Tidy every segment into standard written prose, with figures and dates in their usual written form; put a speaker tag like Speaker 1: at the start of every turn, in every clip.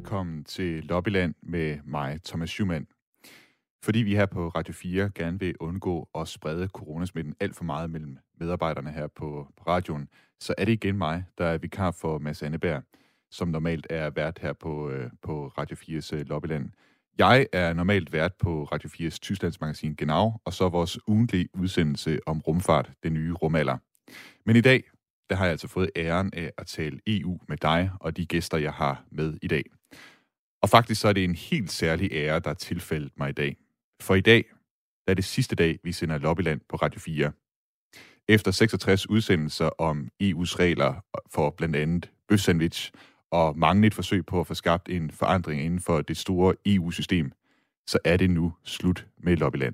Speaker 1: velkommen til Lobbyland med mig, Thomas Schumann. Fordi vi her på Radio 4 gerne vil undgå at sprede coronasmitten alt for meget mellem medarbejderne her på radioen, så er det igen mig, der er vikar for Mads Anneberg, som normalt er vært her på Radio 4's Lobbyland. Jeg er normalt vært på Radio 4's Tysklandsmagasin Genau, og så vores ugentlige udsendelse om rumfart, den nye rumalder. Men i dag, der har jeg altså fået æren af at tale EU med dig og de gæster, jeg har med i dag. Og faktisk så er det en helt særlig ære, der er tilfældet mig i dag. For i dag, der er det sidste dag, vi sender Lobbyland på Radio 4. Efter 66 udsendelser om EU's regler for blandt andet bøfsandwich og mange et forsøg på at få skabt en forandring inden for det store EU-system, så er det nu slut med Lobbyland.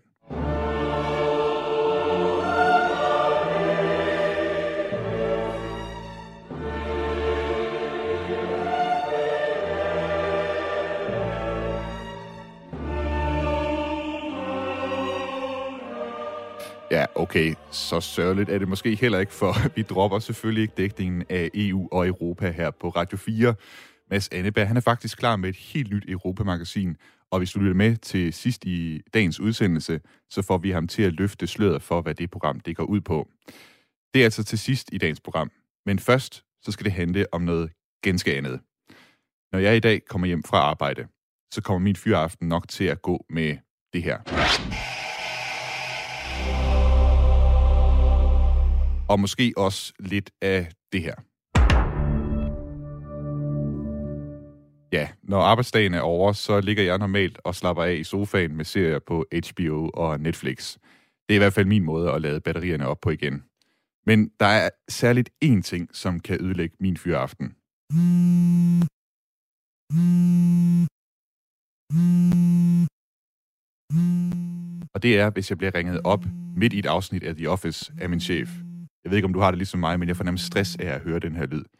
Speaker 1: Ja, okay, så sørgeligt er det måske heller ikke, for vi dropper selvfølgelig ikke dækningen af EU og Europa her på Radio 4. Mads Anneberg, han er faktisk klar med et helt nyt Europamagasin, og hvis du lytter med til sidst i dagens udsendelse, så får vi ham til at løfte sløret for, hvad det program det går ud på. Det er altså til sidst i dagens program, men først så skal det handle om noget ganske andet. Når jeg i dag kommer hjem fra arbejde, så kommer min fyraften nok til at gå med det her. Og måske også lidt af det her. Ja, når arbejdsdagen er over, så ligger jeg normalt og slapper af i sofaen med serier på HBO og Netflix. Det er i hvert fald min måde at lade batterierne op på igen. Men der er særligt én ting, som kan ødelægge min fyraften. Og det er, hvis jeg bliver ringet op midt i et afsnit af The Office af min chef. Jeg ved ikke, om du har det ligesom mig, men jeg fornemmer stress af at høre den her lyd.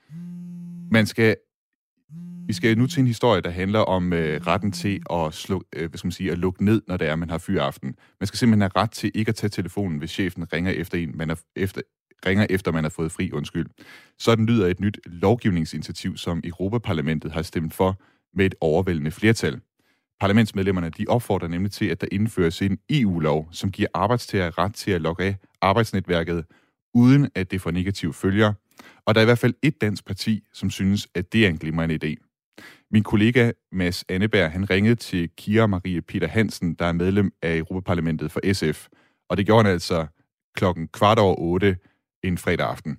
Speaker 1: Vi skal nu til en historie, der handler om retten til at lukke ned, når det er, man har fyraften. Man skal simpelthen have ret til ikke at tage telefonen, hvis chefen ringer efter man har fået fri. Sådan lyder et nyt lovgivningsinitiativ, som Europaparlamentet har stemt for med et overvældende flertal. Parlamentsmedlemmerne de opfordrer nemlig til, at der indføres en EU-lov, som giver arbejdstagere ret til at logge af arbejdsnetværket, uden at det får negative følger. Og der er i hvert fald et dansk parti, som synes, at det er en glimrende idé. Min kollega Mads Anneberg, han ringede til Kira Marie Peter Hansen, der er medlem af Europaparlamentet for SF. Og det gjorde han altså 7:15 en fredag aften.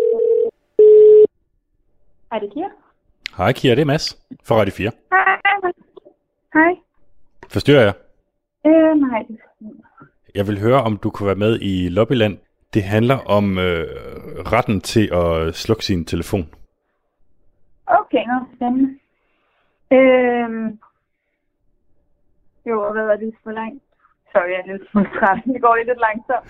Speaker 2: Hej, det er Kira.
Speaker 3: Hej Kira, det er Mads fra Radio 4.
Speaker 2: Hej.
Speaker 3: Forstyrrer jeg?
Speaker 2: Nej.
Speaker 3: Jeg vil høre, om du kunne være med i Lobbyland. Det handler om retten til at slukke sin telefon.
Speaker 2: Okay, spændende. Hvad var det for langt? Sorry, jeg er lidt smule træt. Det går lidt langsomt.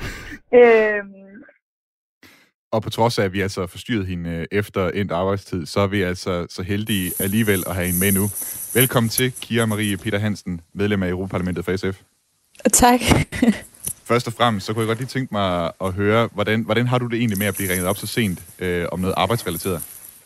Speaker 1: Og på trods af, at vi altså forstyrret hende efter endt arbejdstid, så er vi altså så heldige alligevel at have hende med nu. Velkommen til Kira Marie Peter Hansen, medlem af Europaparlamentet for SF.
Speaker 4: Tak.
Speaker 1: Først og fremmest, så kunne jeg godt lige tænke mig at høre, hvordan har du det egentlig med at blive ringet op så sent om noget arbejdsrelateret?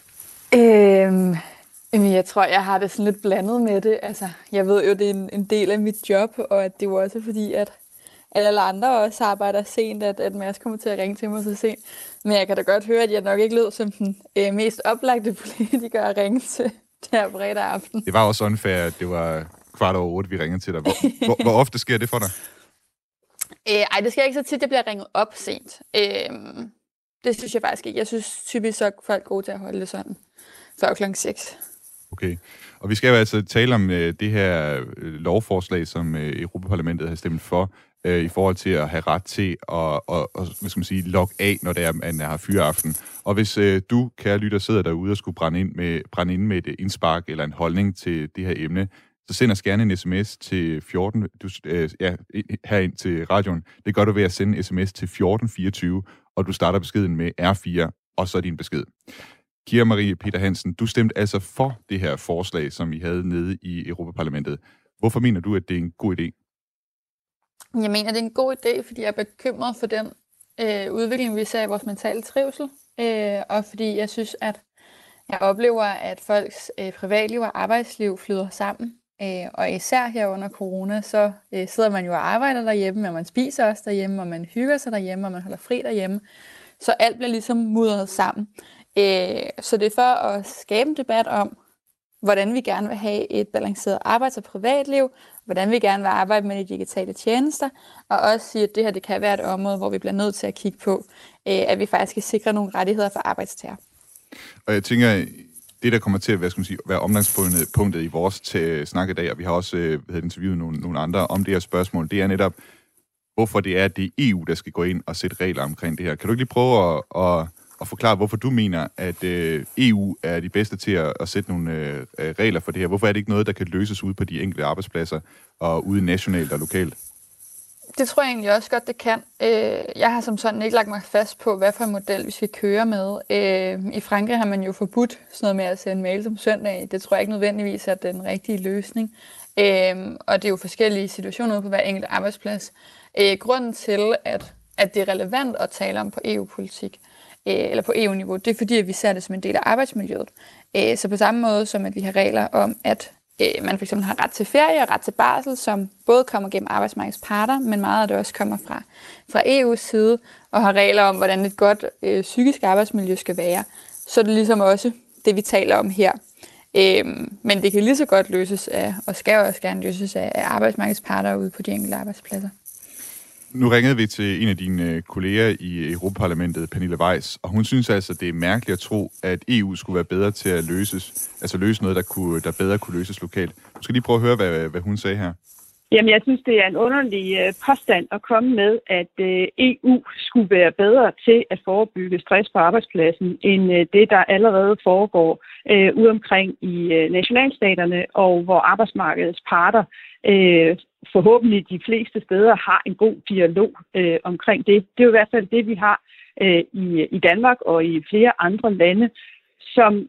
Speaker 4: Jeg tror, jeg har det sådan lidt blandet med det. Altså, jeg ved jo, det er en del af mit job, og at det er jo også fordi, at alle andre også arbejder sent, at Mads kommer til at ringe til mig så sent. Men jeg kan da godt høre, at jeg nok ikke lød som den mest oplagte politiker at ringe til der fredag aften.
Speaker 1: Det var også unfair, at det var 7:15, vi ringede til dig. Hvor ofte sker det for dig?
Speaker 4: Det sker ikke så tit, jeg bliver ringet op sent. Det synes jeg faktisk ikke. Jeg synes typisk, så er folk gode til at holde det sådan før 6:00.
Speaker 1: Okay. Og vi skal jo altså tale om det her lovforslag, som Europaparlamentet har stemt for, i forhold til at have ret til at logge af, når det er, man har fyraften. Og hvis du, kære lytter, sidder derude og skulle brænde ind med et indspark eller en holdning til det her emne, så send os gerne en sms til 14, herind til radioen. Det gør du ved at sende en sms til 1424, og du starter beskeden med R4, og så din besked. Kira Marie Peter Hansen, du stemte altså for det her forslag, som vi havde nede i Europaparlamentet. Hvorfor mener du, at det er en god idé?
Speaker 4: Jeg mener, det er en god idé, fordi jeg er bekymret for den udvikling, vi ser i vores mentale trivsel. Og fordi jeg synes, at Jeg oplever, at folks privatliv og arbejdsliv flyder sammen. Og især her under corona, så sidder man jo og arbejder derhjemme, og man spiser også derhjemme, og man hygger sig derhjemme, og man holder fri derhjemme. Så alt bliver ligesom mudret sammen. Så det er for at skabe en debat om, hvordan vi gerne vil have et balanceret arbejds- og privatliv, hvordan vi gerne vil arbejde med de digitale tjenester, og også sige, at det her det kan være et område, hvor vi bliver nødt til at kigge på, at vi faktisk skal sikre nogle rettigheder for arbejdstager.
Speaker 1: Og jeg tænker, det der kommer til at være omdrejningspunktet i vores snak i dag, og vi har også interviewet nogle andre om det her spørgsmål, det er netop, hvorfor det er EU, der skal gå ind og sætte regler omkring det her. Kan du ikke lige prøve at forklare, hvorfor du mener, at EU er de bedste til at sætte nogle regler for det her? Hvorfor er det ikke noget, der kan løses ude på de enkelte arbejdspladser og ude nationalt og lokalt?
Speaker 4: Det tror jeg egentlig også godt, det kan. Jeg har som sådan ikke lagt mig fast på, hvad for en model vi skal køre med. I Frankrig har man jo forbudt sådan noget med at sende mail om søndag. Det tror jeg ikke nødvendigvis er den rigtige løsning. Og det er jo forskellige situationer ude på hver enkelt arbejdsplads. Grunden til, at det er relevant at tale om på EU-politik, eller på EU-niveau, det er fordi, at vi ser det som en del af arbejdsmiljøet. Så på samme måde som, at vi har regler om, at man for eksempel har ret til ferie og ret til barsel, som både kommer gennem arbejdsmarkedets parter, men meget af det også kommer fra EU's side, og har regler om, hvordan et godt psykisk arbejdsmiljø skal være. Så er det ligesom også det, vi taler om her. Men det kan lige så godt løses af, og skal også gerne løses af arbejdsmarkedets parter ude på de enkelte arbejdspladser.
Speaker 1: Nu ringede vi til en af dine kolleger i Europaparlamentet, Pernille Weiss, og hun synes altså, det er mærkeligt at tro, at EU skulle være bedre til at løse noget, der bedre kunne løses lokalt. Du skal lige prøve at høre, hvad hun sagde her.
Speaker 2: Jamen, jeg synes, det er en underlig påstand at komme med, at EU skulle være bedre til at forebygge stress på arbejdspladsen, end det, der allerede foregår ude omkring i nationalstaterne, og hvor arbejdsmarkedets parter forhåbentlig de fleste steder har en god dialog omkring det. Det er jo i hvert fald det, vi har i Danmark og i flere andre lande, som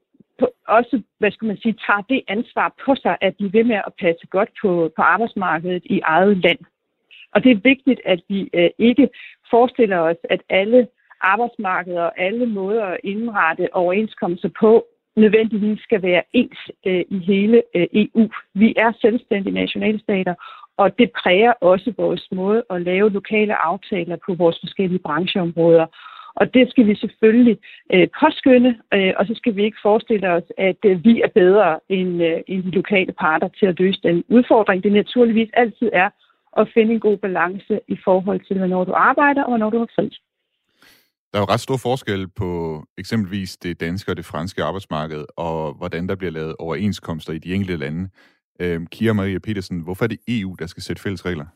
Speaker 2: også, tager det ansvar på sig, at de er ved med at passe godt på arbejdsmarkedet i eget land. Og det er vigtigt, at vi ikke forestiller os, at alle arbejdsmarkeder og alle måder at indrette overenskomster på nødvendigvis skal være ens i hele EU. Vi er selvstændige nationalstater, og det præger også vores måde at lave lokale aftaler på vores forskellige brancheområder. Og det skal vi selvfølgelig påskynde, og så skal vi ikke forestille os, at vi er bedre end de lokale parter til at løse den udfordring. Det naturligvis altid er at finde en god balance i forhold til, hvornår du arbejder og hvornår du har fri.
Speaker 1: Der er jo ret stor forskel på eksempelvis det danske og det franske arbejdsmarked, og hvordan der bliver lavet overenskomster i de enkelte lande. Kira Maria Petersen, hvorfor er det EU, der skal sætte fælles regler?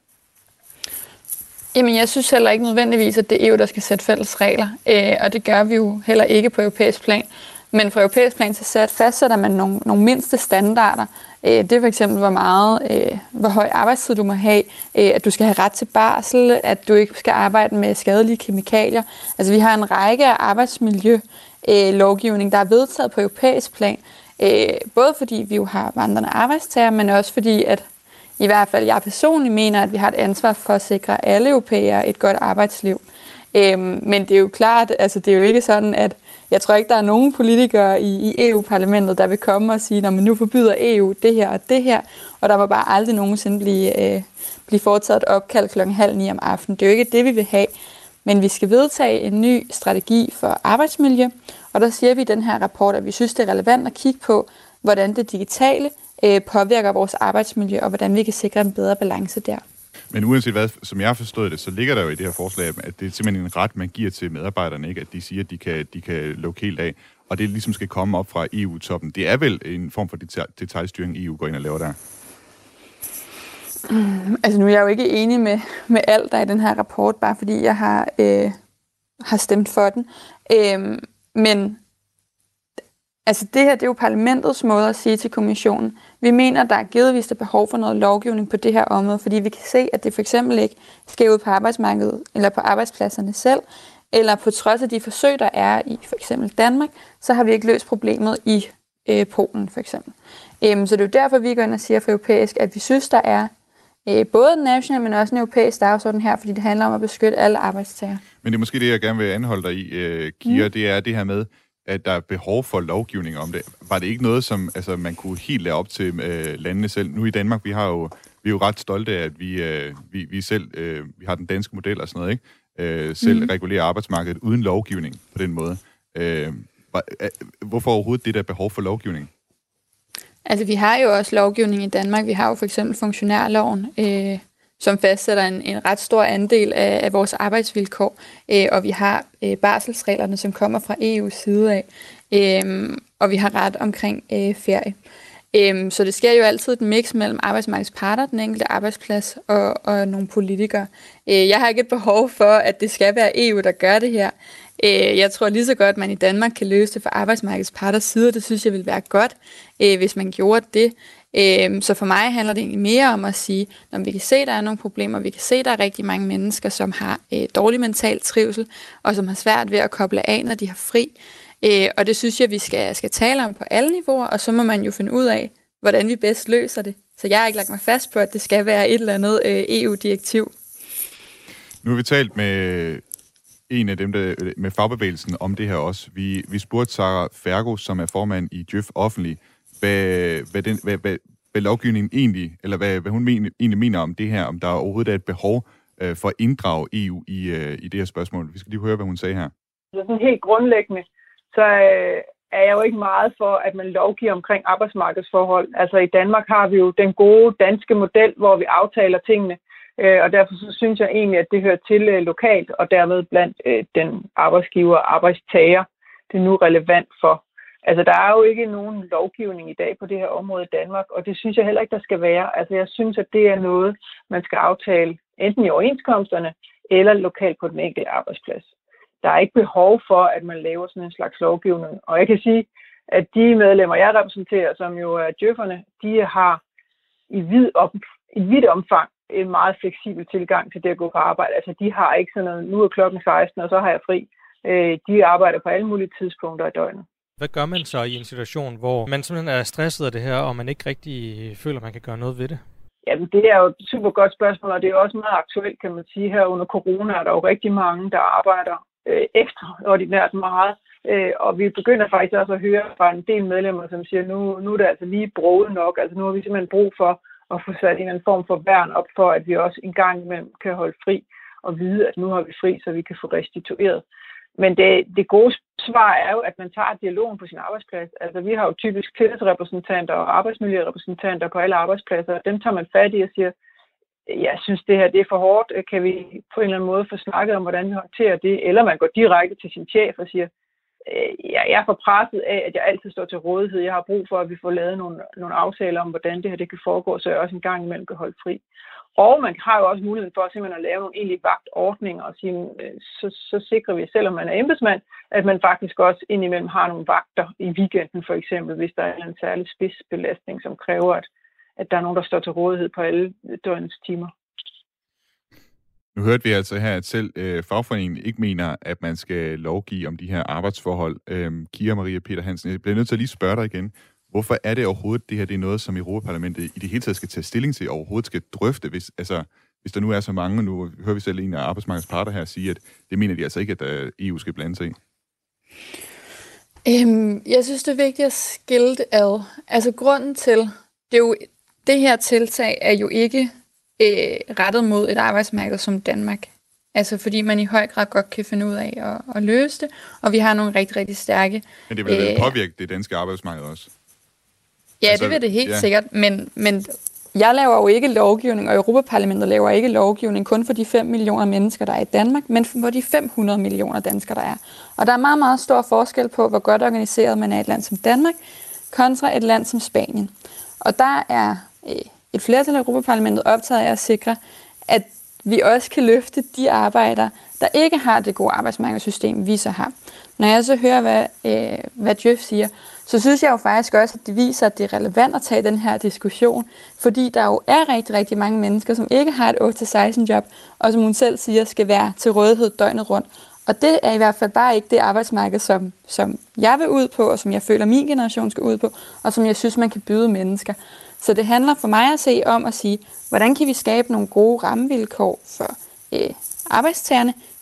Speaker 4: Jamen, jeg synes heller ikke nødvendigvis, at det er EU, der skal sætte fælles regler, og det gør vi jo heller ikke på europæisk plan. Men fra europæisk plan til fastsætter man nogle mindste standarder. Det er for eksempel, hvor høj arbejdstid du må have, at du skal have ret til barsel, at du ikke skal arbejde med skadelige kemikalier. Altså, vi har en række af arbejdsmiljølovgivning, der er vedtaget på europæisk plan, både fordi vi jo har vandrende arbejdstager, men også fordi, at i hvert fald jeg personligt mener, at vi har et ansvar for at sikre alle europæere et godt arbejdsliv. Men det er jo klart, altså det er jo ikke sådan, at jeg tror ikke, der er nogen politikere i EU-parlamentet, der vil komme og sige, at nu forbyder EU det her og det her, og der må bare aldrig nogensinde blive foretaget et opkald 8:30 om aftenen. Det er jo ikke det, vi vil have. Men vi skal vedtage en ny strategi for arbejdsmiljø, og der siger vi i den her rapport, at vi synes, det er relevant at kigge på, hvordan det digitale påvirker vores arbejdsmiljø, og hvordan vi kan sikre en bedre balance der.
Speaker 1: Men uanset hvad, som jeg har forstået det, så ligger der jo i det her forslag, at det er simpelthen en ret, man giver til medarbejderne, ikke? At de siger, at de kan lukke helt af, og det ligesom skal komme op fra EU-toppen. Det er vel en form for detailstyring, EU går ind og laver der?
Speaker 4: Altså nu er jeg jo ikke enig med alt, der er i den her rapport, bare fordi jeg har stemt for den. Men altså det her, det er jo parlamentets måde at sige til kommissionen. Vi mener, der er givetvis behov for noget lovgivning på det her område, fordi vi kan se, at det for eksempel ikke sker ud på arbejdsmarkedet eller på arbejdspladserne selv, eller på trods af de forsøg, der er i for eksempel Danmark, så har vi ikke løst problemet i Polen for eksempel. Så det er jo derfor, vi går ind og siger for europæisk, at vi synes, der er både en national, men også en europæisk dagsorden her, fordi det handler om at beskytte alle arbejdstagere.
Speaker 1: Men det er måske det, jeg gerne vil anholde dig i, Kira, det er det her med, at der er behov for lovgivning om det? Var det ikke noget, som man kunne helt lade op til landene selv? Nu i Danmark, vi er jo ret stolte af, at vi selv vi har den danske model og sådan noget, ikke? Selv regulerer arbejdsmarkedet uden lovgivning på den måde. Hvorfor overhovedet det der behov for lovgivning?
Speaker 4: Altså, vi har jo også lovgivning i Danmark. Vi har jo for eksempel funktionærloven, som fastsætter en ret stor andel af vores arbejdsvilkår, og vi har barselsreglerne, som kommer fra EU's side af, og vi har ret omkring ferie. Så det sker jo altid et mix mellem arbejdsmarkedets parter, den enkelte arbejdsplads og nogle politikere. Jeg har ikke et behov for, at det skal være EU, der gør det her. Jeg tror lige så godt, at man i Danmark kan løse det fra arbejdsmarkedets parters side. Det synes jeg vil være godt, hvis man gjorde det. Så for mig handler det egentlig mere om at sige, når vi kan se, at der er nogle problemer, vi kan se, at der er rigtig mange mennesker, som har dårlig mental trivsel, og som har svært ved at koble af, når de har fri. Og det synes jeg, vi skal tale om på alle niveauer, og så må man jo finde ud af, hvordan vi bedst løser det. Så jeg har ikke lagt mig fast på, at det skal være et eller andet EU-direktiv.
Speaker 1: Nu har vi talt med en af dem, der med fagbevægelsen om det her også. Vi spurgte Sara Fergo, som er formand i Djøf Offentlig, hvad lovgivningen egentlig, eller hvad hun egentlig mener om det her, om der overhovedet er et behov for at inddrage EU i det her spørgsmål. Vi skal lige høre, hvad hun sagde her.
Speaker 2: Sådan helt grundlæggende, så er jeg jo ikke meget for, at man lovgiver omkring arbejdsmarkedsforhold. Altså i Danmark har vi jo den gode danske model, hvor vi aftaler tingene, og derfor så synes jeg egentlig, at det hører til lokalt, og dermed blandt den arbejdsgiver og arbejdstager, det er nu relevant for. Altså, der er jo ikke nogen lovgivning i dag på det her område i Danmark, og det synes jeg heller ikke, der skal være. Altså, jeg synes, at det er noget, man skal aftale enten i overenskomsterne eller lokalt på den enkelte arbejdsplads. Der er ikke behov for, at man laver sådan en slags lovgivning. Og jeg kan sige, at de medlemmer, jeg repræsenterer, som jo er djøfferne, de har i vidt omfang en meget fleksibel tilgang til det at gå på arbejde. Altså, de har ikke sådan noget, nu er klokken 16, og så har jeg fri. De arbejder på alle mulige tidspunkter i døgnet.
Speaker 5: Hvad gør man så i en situation, hvor man simpelthen er stresset af det her, og man ikke rigtig føler, at man kan gøre noget ved det?
Speaker 2: Jamen, det er jo et super godt spørgsmål, og det er også meget aktuelt, kan man sige. Her under corona er der jo rigtig mange, der arbejder ekstraordinært meget. Og vi begynder faktisk også at høre fra en del medlemmer, som siger, nu er det altså lige broget nok. Altså nu har vi simpelthen brug for at få sat en eller anden form for værn op for, at vi også en gang imellem kan holde fri og vide, at nu har vi fri, så vi kan få restitueret. Men det gode svar er jo, at man tager dialogen på sin arbejdsplads. Altså vi har jo typisk tillidsrepræsentanter og arbejdsmiljørepræsentanter på alle arbejdspladser, og dem tager man fat i og siger, jeg synes det her det er for hårdt, kan vi på en eller anden måde få snakket om, hvordan vi håndterer det, eller man går direkte til sin chef og siger, jeg er for presset af, at jeg altid står til rådighed, jeg har brug for, at vi får lavet nogle aftaler om, hvordan det her det kan foregå, så jeg også en gang imellem kan holde fri. Og man har jo også muligheden for simpelthen at lave nogle egentlige vagtordninger og sige, så sikrer vi, selvom man er embedsmand, at man faktisk også indimellem har nogle vagter i weekenden for eksempel, hvis der er en særlig spidsbelastning, som kræver, at der er nogen, der står til rådighed på alle døgnets timer.
Speaker 1: Nu hørte vi altså her, at selv fagforeningen ikke mener, at man skal lovgive om de her arbejdsforhold. Kira Maria Peter Hansen, jeg bliver nødt til at lige spørge dig igen. Hvorfor er det overhovedet, det her det er noget, som Europaparlamentet i det hele taget skal tage stilling til, og overhovedet skal drøfte, hvis der nu er så mange, nu hører vi selv en af arbejdsmarkedets parter her sige, at det mener de altså ikke, at EU skal blande sig i?
Speaker 4: Jeg synes, det er vigtigt at skille det ad. Altså grunden til, det her tiltag er jo ikke rettet mod et arbejdsmarked som Danmark. Altså fordi man i høj grad godt kan finde ud af at løse det, og vi har nogle rigtig, rigtig stærke...
Speaker 1: Men det vil påvirke det danske arbejdsmarked også?
Speaker 4: Ja, altså, det vil det helt sikkert, men jeg laver jo ikke lovgivning, og Europaparlamentet laver ikke lovgivning kun for de 5 millioner mennesker, der er i Danmark, men for de 500 millioner danskere, der er. Og der er meget, meget stor forskel på, hvor godt organiseret man er i et land som Danmark, kontra et land som Spanien. Og der er et flertal af Europaparlamentet optaget af at sikre, at vi også kan løfte de arbejdere, der ikke har det gode arbejdsmarkedssystem, vi så har. Når jeg så hører, hvad Djøf siger, så synes jeg jo faktisk også, at det viser, at det er relevant at tage den her diskussion, fordi der jo er rigtig, rigtig mange mennesker, som ikke har et 8-16 job, og som hun selv siger, skal være til rådighed døgnet rundt. Og det er i hvert fald bare ikke det arbejdsmarked, som jeg vil ud på, og som jeg føler, min generation skal ud på, og som jeg synes, man kan byde mennesker. Så det handler for mig at se om at sige, hvordan kan vi skabe nogle gode rammevilkår for arbejdstagerne,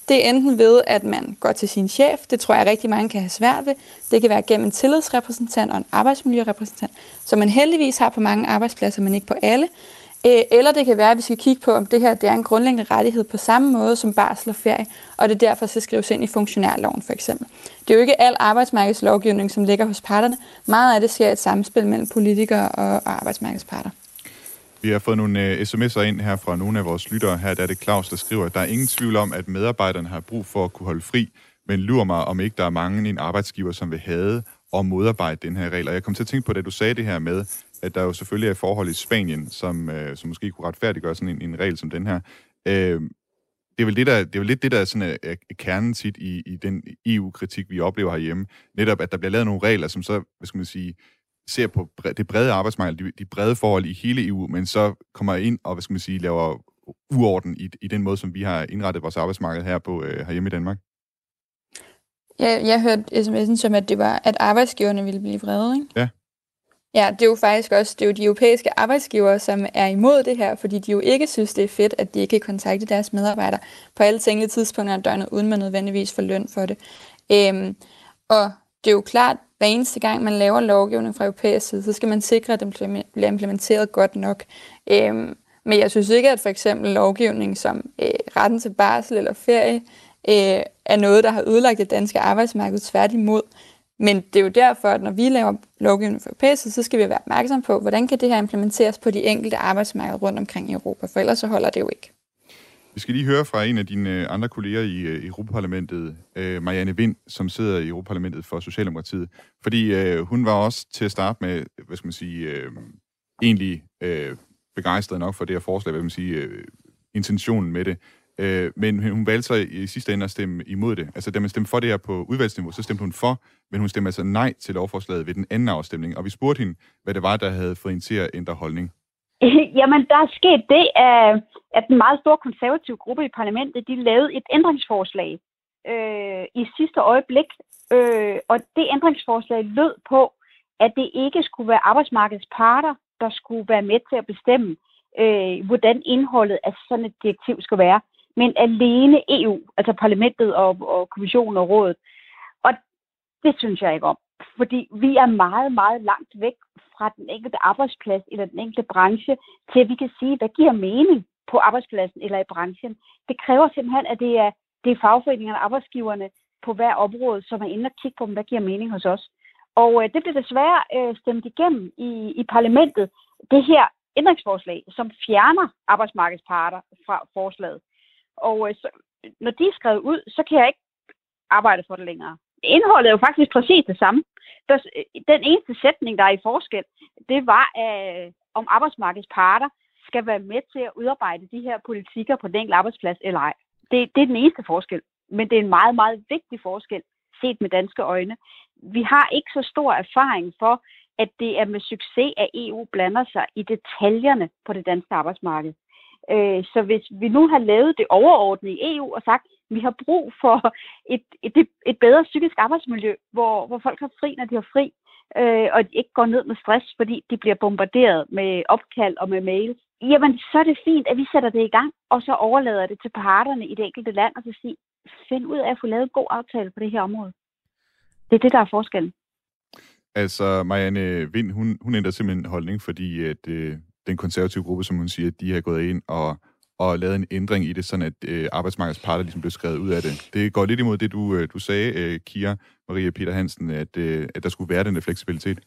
Speaker 4: Det er enten ved, at man går til sin chef, det tror jeg rigtig mange kan have svært ved. Det kan være gennem en tillidsrepræsentant og en arbejdsmiljørepræsentant, som man heldigvis har på mange arbejdspladser, men ikke på alle. Eller det kan være, at vi skal kigge på, om det her det er en grundlæggende rettighed på samme måde som barsel og ferie, og det derfor skal skrives ind i funktionærloven for eksempel. Det er jo ikke al arbejdsmarkedslovgivning, som ligger hos parterne. Meget af det sker et samspil mellem politikere og arbejdsmarkedsparter.
Speaker 1: Vi har fået nogle sms'er ind her fra nogle af vores lyttere. Her der er det Claus, der skriver, at der er ingen tvivl om, at medarbejderne har brug for at kunne holde fri, men lurer mig, om ikke der er mange i en arbejdsgiver, som vil have og modarbejde den her regel. Og jeg kom til at tænke på, da du sagde det her med, at der jo selvfølgelig er forhold i Spanien, som måske kunne retfærdiggøre sådan en regel som den her. Det er vel lidt det, der sådan er kernen tit i den EU-kritik, vi oplever herhjemme. Netop, at der bliver lavet nogle regler, som så, hvad skal man sige, ser på det brede arbejdsmarked, de brede forhold i hele EU, men så kommer ind og, hvad skal man sige, laver uorden i den måde, som vi har indrettet vores arbejdsmarked her på herhjemme i Danmark.
Speaker 4: Ja, jeg hørte sms'en som, at det var, at arbejdsgiverne ville blive vrede, ikke?
Speaker 1: Ja.
Speaker 4: Ja, det er jo faktisk også de europæiske arbejdsgivere, som er imod det her, fordi de jo ikke synes, det er fedt, at de ikke kan kontakte deres medarbejdere på alle tænkelige tidspunkter af døgnet, uden man nødvendigvis får løn for det. Og det er jo klart, hver eneste gang man laver lovgivning fra europæisk side, så skal man sikre, at den bliver implementeret godt nok. Men jeg synes ikke, at for eksempel lovgivning som retten til barsel eller ferie er noget, der har ødelagt det danske arbejdsmarked, tværtimod. Men det er jo derfor, at når vi laver lovgivning for europæisk side, så skal vi være opmærksom på, hvordan kan det her implementeres på de enkelte arbejdsmarkeder rundt omkring i Europa, for ellers så holder det jo ikke. Vi
Speaker 1: skal lige høre fra en af dine andre kolleger i Europaparlamentet, Marianne Vind, som sidder i Europaparlamentet for Socialdemokratiet. Fordi hun var også til at starte med, hvad skal man sige, egentlig begejstret nok for det her forslag, hvad man sige, intentionen med det. Men hun valgte så i sidste ende at stemme imod det. Altså, da man stemte for det her på udvalgsniveau, så stemte hun for, men hun stemte altså nej til lovforslaget ved den anden afstemning. Og vi spurgte hende, hvad det var, der havde fået hende til at ændre holdning.
Speaker 6: Jamen, der er sket det, at den meget store konservative gruppe i parlamentet, de lavede et ændringsforslag i sidste øjeblik. Og det ændringsforslag lød på, at det ikke skulle være arbejdsmarkedets parter, der skulle være med til at bestemme, hvordan indholdet af sådan et direktiv skal være, men alene EU, altså parlamentet og kommissionen og rådet. Og det synes jeg ikke om, fordi vi er meget, meget langt væk fra den enkelte arbejdsplads eller den enkelte branche, til at vi kan sige, hvad giver mening på arbejdspladsen eller i branchen. Det kræver simpelthen, at det er fagforeningerne og arbejdsgiverne på hver område, som er inde og kigge på, hvad giver mening hos os. Og det blev desværre stemt igennem i parlamentet, det her ændringsforslag, som fjerner arbejdsmarkedsparter fra forslaget. Og så, når de er skrevet ud, så kan jeg ikke arbejde for det længere. Indholdet er jo faktisk præcis det samme. Den eneste sætning, der er i forskel, det var, om arbejdsmarkedsparter skal være med til at udarbejde de her politikker på den enkelte arbejdsplads eller ej. Det er den eneste forskel, men det er en meget, meget vigtig forskel set med danske øjne. Vi har ikke så stor erfaring for, at det er med succes, at EU blander sig i detaljerne på det danske arbejdsmarked. Så hvis vi nu har lavet det overordnede i EU og sagt, at vi har brug for et bedre psykisk arbejdsmiljø, hvor folk har fri, når de har fri, og de ikke går ned med stress, fordi de bliver bombarderet med opkald og med mails, jamen så er det fint, at vi sætter det i gang, og så overlader det til parterne i det enkelte land, og så siger, find ud af at få lavet en god aftale på det her område. Det er det, der er forskellen.
Speaker 1: Altså, Marianne Vind, hun ændrer simpelthen holdning, fordi at den konservative gruppe, som hun siger, de har gået ind og lavet en ændring i det, sådan at arbejdsmarkedets parter ligesom blev skrevet ud af det. Det går lidt imod det, du sagde, Kira Maria Peter Hansen, at der skulle være den der fleksibilitet.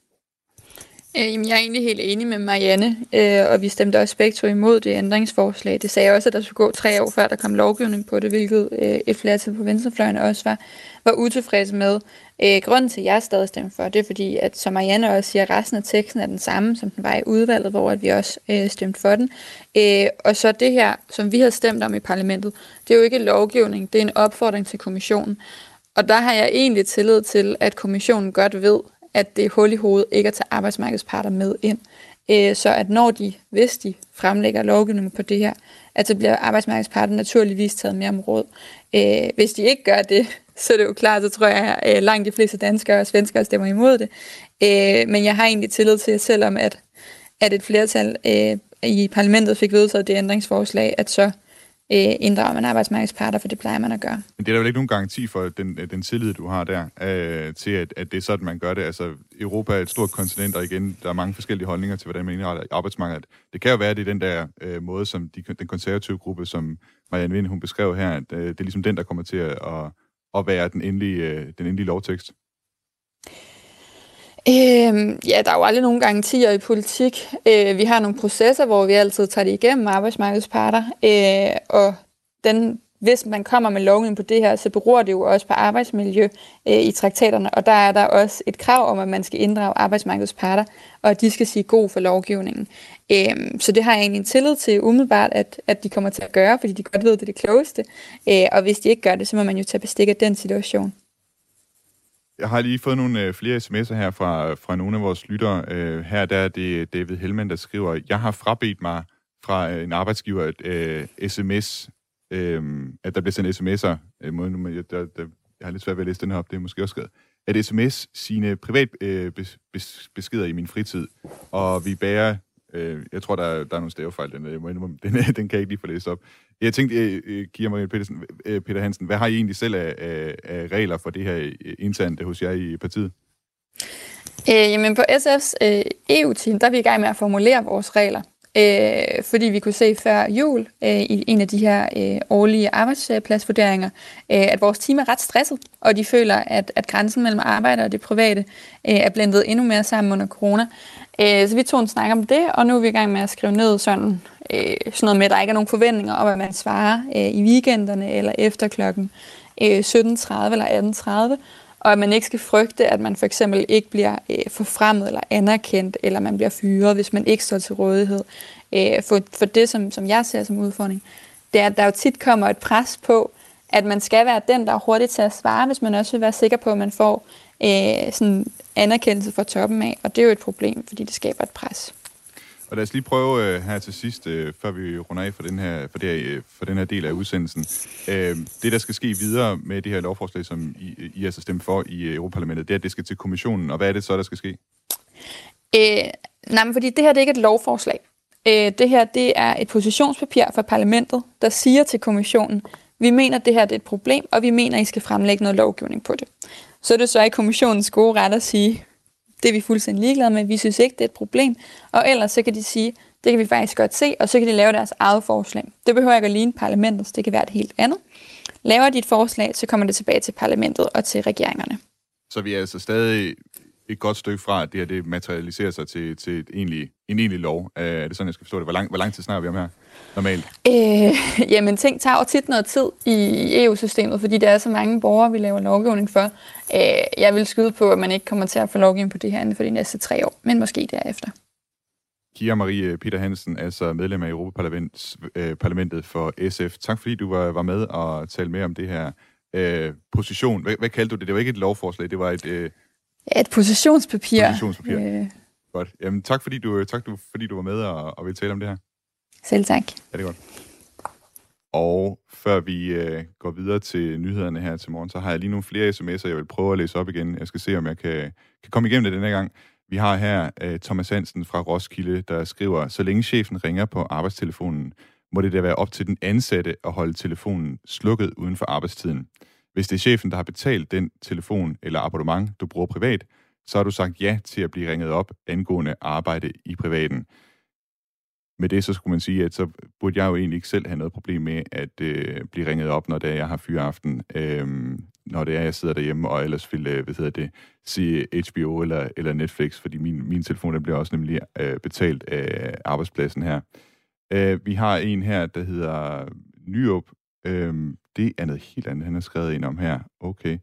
Speaker 4: Jamen, jeg er egentlig helt enig med Marianne, og vi stemte også begge to imod det ændringsforslag. Det sagde også, at der skulle gå 3 år, før der kom lovgivning på det, hvilket et flertal på venstrefløjen også var utilfredse med. Grunden til, at jeg stadig stemmer for, det er fordi, at som Marianne også siger, resten af teksten er den samme, som den var i udvalget, hvor at vi også stemte for den. Og så det her, som vi har stemt om i parlamentet, det er jo ikke lovgivning, det er en opfordring til kommissionen. Og der har jeg egentlig tillid til, at kommissionen godt ved, at det er hul i hovedet ikke at tage arbejdsmarkedsparter med ind. Så at hvis de fremlægger lovgivning på det her, at så bliver arbejdsmarkedsparter naturligvis taget mere om råd. Hvis de ikke gør det, så er det jo klart, så tror jeg, at langt de fleste danskere og svenskere stemmer imod det. Men jeg har egentlig tillid til, at selvom at et flertal i parlamentet fik vedtaget det ændringsforslag, at så inddrager man arbejdsmarkedsparter, for det plejer man at gøre.
Speaker 1: Men det er der vel ikke nogen garanti for den tillid, du har der, til at det er sådan, man gør det. Altså, Europa er et stort kontinent, og igen, der er mange forskellige holdninger til, hvordan man indretter arbejdsmarkedet. Det kan jo være, at det er den der måde, som den konservative gruppe, som Marianne Vind, hun beskrev her, at det er ligesom den, der kommer til at være den endelige lovtekst.
Speaker 4: Ja, der er jo aldrig nogen garantier i politik. Vi har nogle processer, hvor vi altid tager det igennem arbejdsmarkedsparter, og hvis man kommer med lovgivning på det her, så beror det jo også på arbejdsmiljø i traktaterne, og der er der også et krav om, at man skal inddrage arbejdsmarkedsparter, og at de skal sige god for lovgivningen. Så det har jeg egentlig en tillid til umiddelbart, at de kommer til at gøre, fordi de godt ved, det er det klogeste, og hvis de ikke gør det, så må man jo tage bestik af den situation.
Speaker 1: Jeg har lige fået nogle flere sms'er her fra nogle af vores lyttere. Her der er det David Hellman, der skriver, jeg har frabedt mig fra en arbejdsgiver sms, at der bliver sendt sms'er. Jeg har lidt svært ved at læse den her op, det er måske også skrevet. At sms sine privatbeskeder i min fritid, og vi bærer, jeg tror, der er nogle stavefejl, den kan jeg ikke lige få læst op. Jeg tænkte, Kira Marie Peter Hansen, hvad har I egentlig selv af regler for det her internt hos jer i partiet?
Speaker 4: Jamen på SF's EU-team, der er vi i gang med at formulere vores regler. Fordi vi kunne se før jul i en af de her årlige arbejdspladsvurderinger, at vores team er ret stresset, og de føler, at grænsen mellem arbejde og det private er blendet endnu mere sammen under corona. Så vi tog en snak om det, og nu er vi i gang med at skrive ned sådan noget med, at der ikke er nogen forventninger om, at man svarer i weekenderne eller efter klokken 17.30 eller 18.30, og at man ikke skal frygte, at man for eksempel ikke bliver forfremmet eller anerkendt, eller man bliver fyret, hvis man ikke står til rådighed. For det, som jeg ser som udfordring, det er, at der jo tit kommer et pres på, at man skal være den, der er hurtigt til at svare, hvis man også vil være sikker på, at man får sådan anerkendelse fra toppen af, og det er jo et problem, fordi det skaber et pres.
Speaker 1: Og lad os lige prøve her til sidst, før vi runder af for den her del af udsendelsen. Det, der skal ske videre med det her lovforslag, som I altså stemt for i Europaparlamentet, det er, at det skal til kommissionen. Og hvad er det så, der skal ske?
Speaker 4: Men fordi det her det er ikke et lovforslag. Det her det er et positionspapir fra parlamentet, der siger til kommissionen, vi mener, at det her det er et problem, og vi mener, at I skal fremlægge noget lovgivning på det. Så er det så i kommissionens gode ret at sige, det er vi fuldstændig ligeglade med, vi synes ikke, det er et problem. Og ellers så kan de sige, det kan vi faktisk godt se, og så kan de lave deres eget forslag. Det behøver ikke at ligne parlamentet, så det kan være et helt andet. Laver de et forslag, så kommer det tilbage til parlamentet og til regeringerne.
Speaker 1: Så vi er altså stadig et godt stykke fra, at det her det materialiserer sig til en egentlig lov. Er det sådan, jeg skal forstå det? Hvor lang tid snakker vi om her normalt?
Speaker 4: Jamen, ting tager jo tit noget tid i EU-systemet, fordi der er så mange borgere, vi laver lovgivning for. Jeg vil skyde på, at man ikke kommer til at få lovgivning på det her inden for de næste 3 år, men måske derefter.
Speaker 1: Kira Marie Peter Hansen, altså medlem af Europaparlamentet for SF. Tak fordi du var med og talte med om det her position. Hvad kaldte du det? Det var ikke et lovforslag, det var
Speaker 4: et positionspapir.
Speaker 1: Godt. Jamen, tak fordi du var med og ville tale om det her.
Speaker 4: Selv tak.
Speaker 1: Ja, det er godt. Og før vi går videre til nyhederne her til morgen, så har jeg lige nogle flere sms'er, jeg vil prøve at læse op igen. Jeg skal se, om jeg kan komme igennem det denne gang. Vi har her Thomas Hansen fra Roskilde, der skriver, så længe chefen ringer på arbejdstelefonen, må det da være op til den ansatte at holde telefonen slukket uden for arbejdstiden. Hvis det er chefen, der har betalt den telefon eller abonnement, du bruger privat, så har du sagt ja til at blive ringet op angående arbejde i privaten. Med det så skulle man sige, at så burde jeg jo egentlig ikke selv have noget problem med at blive ringet op, når det er, jeg har fyreaften, når det er, jeg sidder derhjemme og ellers vil se HBO eller Netflix, fordi min telefon den bliver også nemlig betalt af arbejdspladsen her. Vi har en her, der hedder Nyrup. Det er noget helt andet, han har skrevet ind om her. Okay.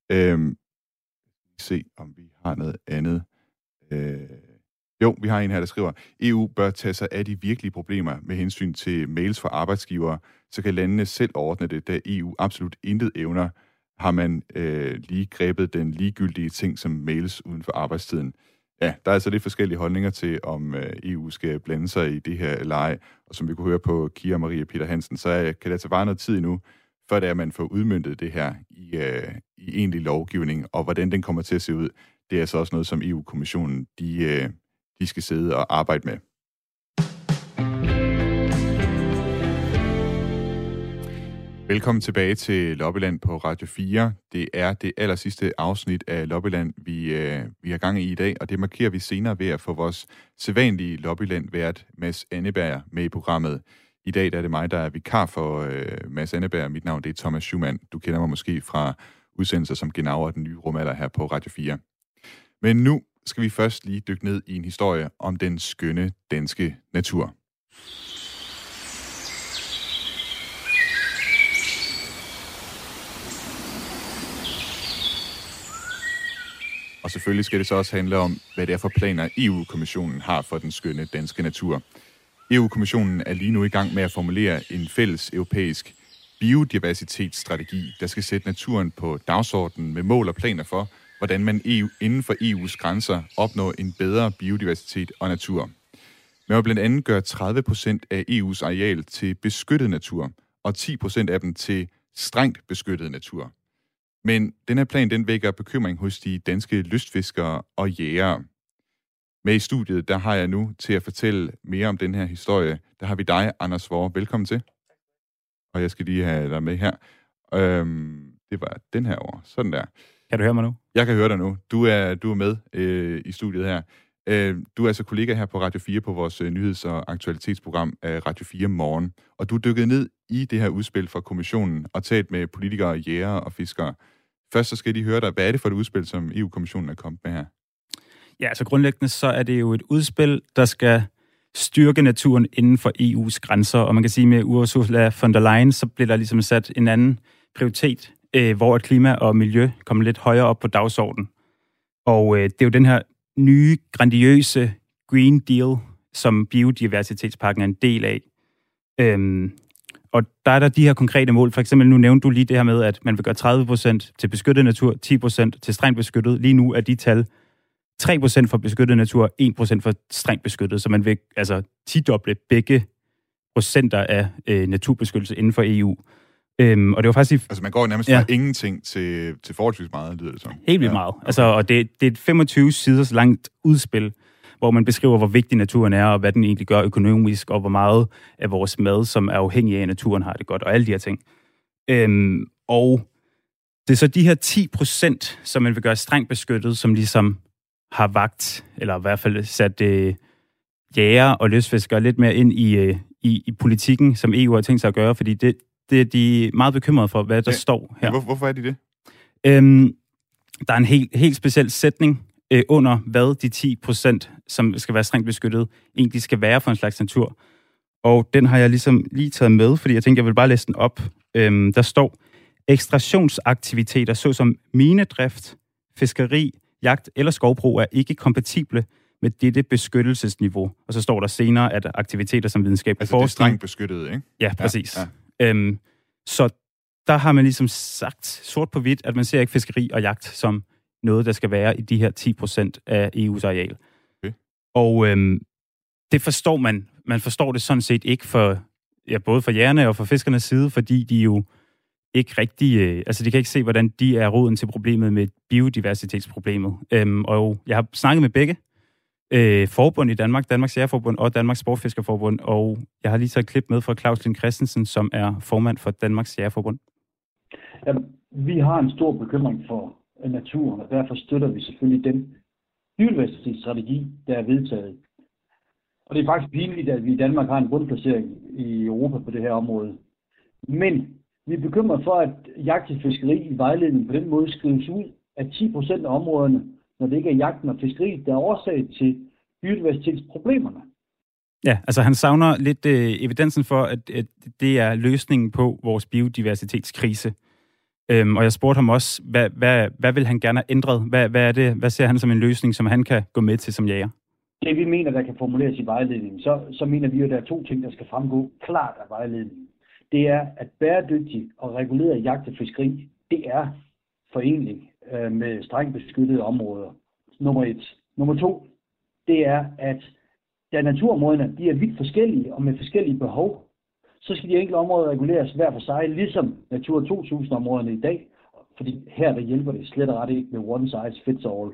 Speaker 1: Se, om vi har noget andet. Jo, vi har en her, der skriver, EU bør tage sig af de virkelige problemer med hensyn til mails fra arbejdsgivere, så kan landene selv ordne det, da EU absolut intet evner, har man lige grebet den ligegyldige ting som mails uden for arbejdstiden. Ja, der er altså lidt forskellige holdninger til, om EU skal blande sig i det her leje, og som vi kunne høre på Kira Marie Peter Hansen, så kan det altså bare noget tid endnu, før det er, at man får udmøntet det her i egentlig lovgivning, og hvordan den kommer til at se ud, det er altså også noget, som EU-kommissionen de skal sidde og arbejde med. Velkommen tilbage til Lobbyland på Radio 4. Det er det allersidste afsnit af Lobbyland, vi har gang i dag, og det markerer vi senere ved at få vores sædvanlige Lobbyland-vært Mads Anneberg med i programmet. I dag der er det mig, der er vikar for Mads Anneberg. Mit navn det er Thomas Schumann. Du kender mig måske fra udsendelser som Genau og Den Nye Rumalder her på Radio 4. Men nu skal vi først lige dykke ned i en historie om den skønne danske natur. Og selvfølgelig skal det så også handle om, hvad det er for planer EU-kommissionen har for den skønne danske natur. EU-kommissionen er lige nu i gang med at formulere en fælles europæisk biodiversitetsstrategi, der skal sætte naturen på dagsordenen med mål og planer for, hvordan man inden for EU's grænser opnår en bedre biodiversitet og natur. Man vil blandt andet gøre 30% af EU's areal til beskyttet natur, og 10% af dem til strengt beskyttet natur. Men den her plan, den vækker bekymring hos de danske lystfiskere og jægere. Med i studiet, der har jeg nu til at fortælle mere om den her historie. Der har vi dig, Anders Vore. Velkommen til. Og jeg skal lige have dig med her. Det var den her over. Sådan der.
Speaker 7: Kan du høre mig nu?
Speaker 1: Jeg kan høre dig nu. Du er med i studiet her. Du er altså kollega her på Radio 4 på vores nyheds- og aktualitetsprogram Radio 4 Morgen. Og du dykkede ned i det her udspil fra kommissionen og talt med politikere, jægere og fiskere. Først så skal de høre dig, hvad er det for et udspil, som EU-kommissionen er kommet med her?
Speaker 7: Ja, altså grundlæggende så er det jo et udspil, der skal styrke naturen inden for EU's grænser. Og man kan sige med Ursula von der Leyen, så bliver der ligesom sat en anden prioritet, hvor klima og miljø kommer lidt højere op på dagsordenen. Og det er jo den her nye, grandiøse Green Deal, som biodiversitetspakken er en del af. Og der er der de her konkrete mål. For eksempel nu nævnte du lige det her med, at man vil gøre 30% til beskyttet natur, 10% til strengt beskyttet. Lige nu er de tal 3% for beskyttet natur, 1% for strengt beskyttet. Så man vil altså 10-doble begge procenter af naturbeskyttelse inden for EU. Og det var faktisk...
Speaker 1: Altså man går nærmest fra ingenting til forholdsvis meget, lyder det som.
Speaker 7: Helt vildt meget. Okay. Altså, og det er et 25 siders langt udspil, hvor man beskriver, hvor vigtig naturen er, og hvad den egentlig gør økonomisk, og hvor meget af vores mad, som er afhængig af, at naturen har det godt, og alle de her ting. Og det er så de her 10%, som man vil gøre strengt beskyttet, som ligesom har vagt, eller i hvert fald sat jæger og lystfiskere lidt mere ind i politikken, som EU har tænkt sig at gøre, fordi det er de meget bekymrede for, hvad der står her.
Speaker 1: Hvorfor er de det?
Speaker 7: Der er en helt speciel sætning under, hvad de 10%, som skal være strengt beskyttet, egentlig skal være for en slags natur. Og den har jeg ligesom lige taget med, fordi jeg tænkte, jeg vil bare læse den op. Der står, ekstraktionsaktiviteter såsom minedrift, fiskeri, jagt eller skovbrug er ikke kompatible med dette beskyttelsesniveau. Og så står der senere, at aktiviteter som videnskabelig forskning...
Speaker 1: Altså det er strengt beskyttet, ikke?
Speaker 7: Ja, præcis. Ja. Så der har man ligesom sagt sort på hvidt, at man ser ikke fiskeri og jagt som noget, der skal være i de her 10% af EU's areal. Okay. Og det forstår man. Man forstår det sådan set ikke både for jægerne og for fiskernes side, fordi de jo ikke rigtig... de kan ikke se, hvordan de er roden til problemet med biodiversitetsproblemet. Og jeg har snakket med begge forbund i Danmark, Danmarks Jægerforbund og Danmarks Sportsfiskerforbund, og jeg har lige taget et klip med fra Claus Lind Christensen, som er formand for Danmarks Jægerforbund.
Speaker 8: Jamen, vi har en stor bekymring for naturen, og derfor støtter vi selvfølgelig den biodiversitetsstrategi, der er vedtaget. Og det er faktisk pinligt, at vi i Danmark har en bundplacering i Europa på det her område. Men vi er bekymret for, at jagt og fiskeri i vejledningen på den måde skrives ud af 10% af områderne, når det ikke er jagten og fiskeri, der er årsag til biodiversitetsproblemerne.
Speaker 7: Ja, altså han savner lidt evidensen for, at det er løsningen på vores biodiversitetskrise. Og jeg spurgte ham også, hvad vil han gerne have ændret? Hvad ser han som en løsning, som han kan gå med til som jæger?
Speaker 8: Det vi mener, der kan formuleres i vejledningen, så mener vi jo, at der er 2 ting, der skal fremgå klart af vejledningen. Det er, at bæredygtig og reguleret jagt og fiskeri, det er foreneligt med strengt beskyttede områder. Nummer 1. Nummer 2, det er, at da naturområderne de er vidt forskellige og med forskellige behov, så skal de enkelte områder reguleres hver for sig, ligesom Natur 2000-områderne i dag. Fordi her der hjælper det slet og ret ikke med one size fits all.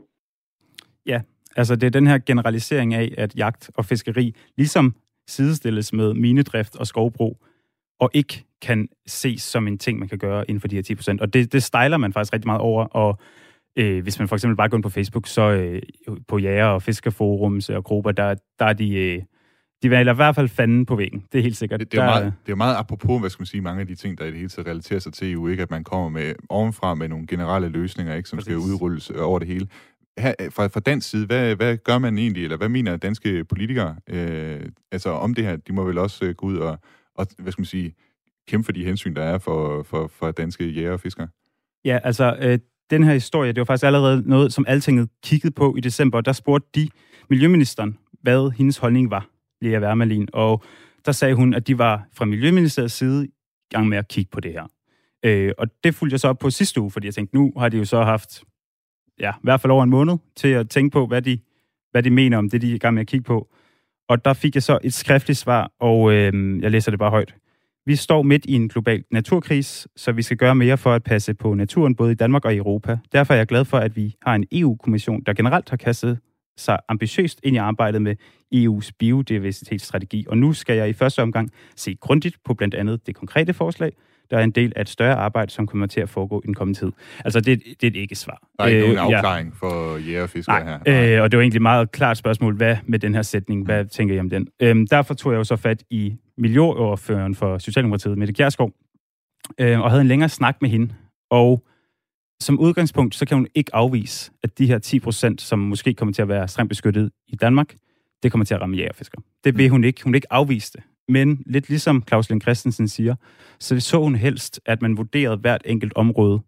Speaker 7: Ja, altså det er den her generalisering af, at jagt og fiskeri ligesom sidestilles med minedrift og skovbrug, og ikke kan ses som en ting, man kan gøre inden for de her 10%. Og det stejler man faktisk rigtig meget over, og hvis man for eksempel bare går ind på Facebook, så på jæger- og fiskerforums og grupper, der er de vil i hvert fald fanden på væggen. Det er helt sikkert.
Speaker 1: Det er jo meget apropos, hvad skal man sige, mange af de ting, der i det hele taget relaterer sig til EU, ikke? At man kommer med ovenfra med nogle generelle løsninger, ikke, som skal udrulles over det hele. Fra dansk side, hvad gør man egentlig, eller hvad mener danske politikere altså om det her? De må vel også gå ud og hvad skal man sige, kæmpe for de hensyn, der er for danske jæger og fiskere? Ja,
Speaker 7: altså den her historie, det var faktisk allerede noget, som Altinget kiggede på i december. Der spurgte de miljøministeren, hvad hendes holdning var, Lea Wermelin, og der sagde hun, at de var fra Miljøministeriets side i gang med at kigge på det her. Og det fulgte jeg så op på sidste uge, fordi jeg tænkte, nu har de jo så haft i hvert fald over en måned til at tænke på, hvad de mener om det, de er i gang med at kigge på. Og der fik jeg så et skriftligt svar, og jeg læser det bare højt. Vi står midt i en global naturkrise, så vi skal gøre mere for at passe på naturen, både i Danmark og i Europa. Derfor er jeg glad for, at vi har en EU-kommission, der generelt har kastet sig ambitiøst ind i arbejdet med EU's biodiversitetsstrategi. Og nu skal jeg i første omgang se grundigt på blandt andet det konkrete forslag, der er en del af et større arbejde, som kommer til at foregå i den kommende tid. Altså, det er et ikke-svar.
Speaker 1: Der er ikke nogen afklaring for jæger og fiskere her.
Speaker 7: Nej. Og det var egentlig et meget klart spørgsmål. Hvad med den her sætning? Hvad tænker I om den? Derfor tog jeg jo så fat i miljøordføreren for Socialdemokratiet, Mette Gjerskov, og havde en længere snak med hende. Og som udgangspunkt, så kan hun ikke afvise, at de her 10%, som måske kommer til at være strengt beskyttet i Danmark, det kommer til at ramme jæger og fiskere. Det vil hun ikke. Hun vil ikke afvise det. Men lidt ligesom Claus Lind Christensen siger, så hun helst, at man vurderede hvert enkelt område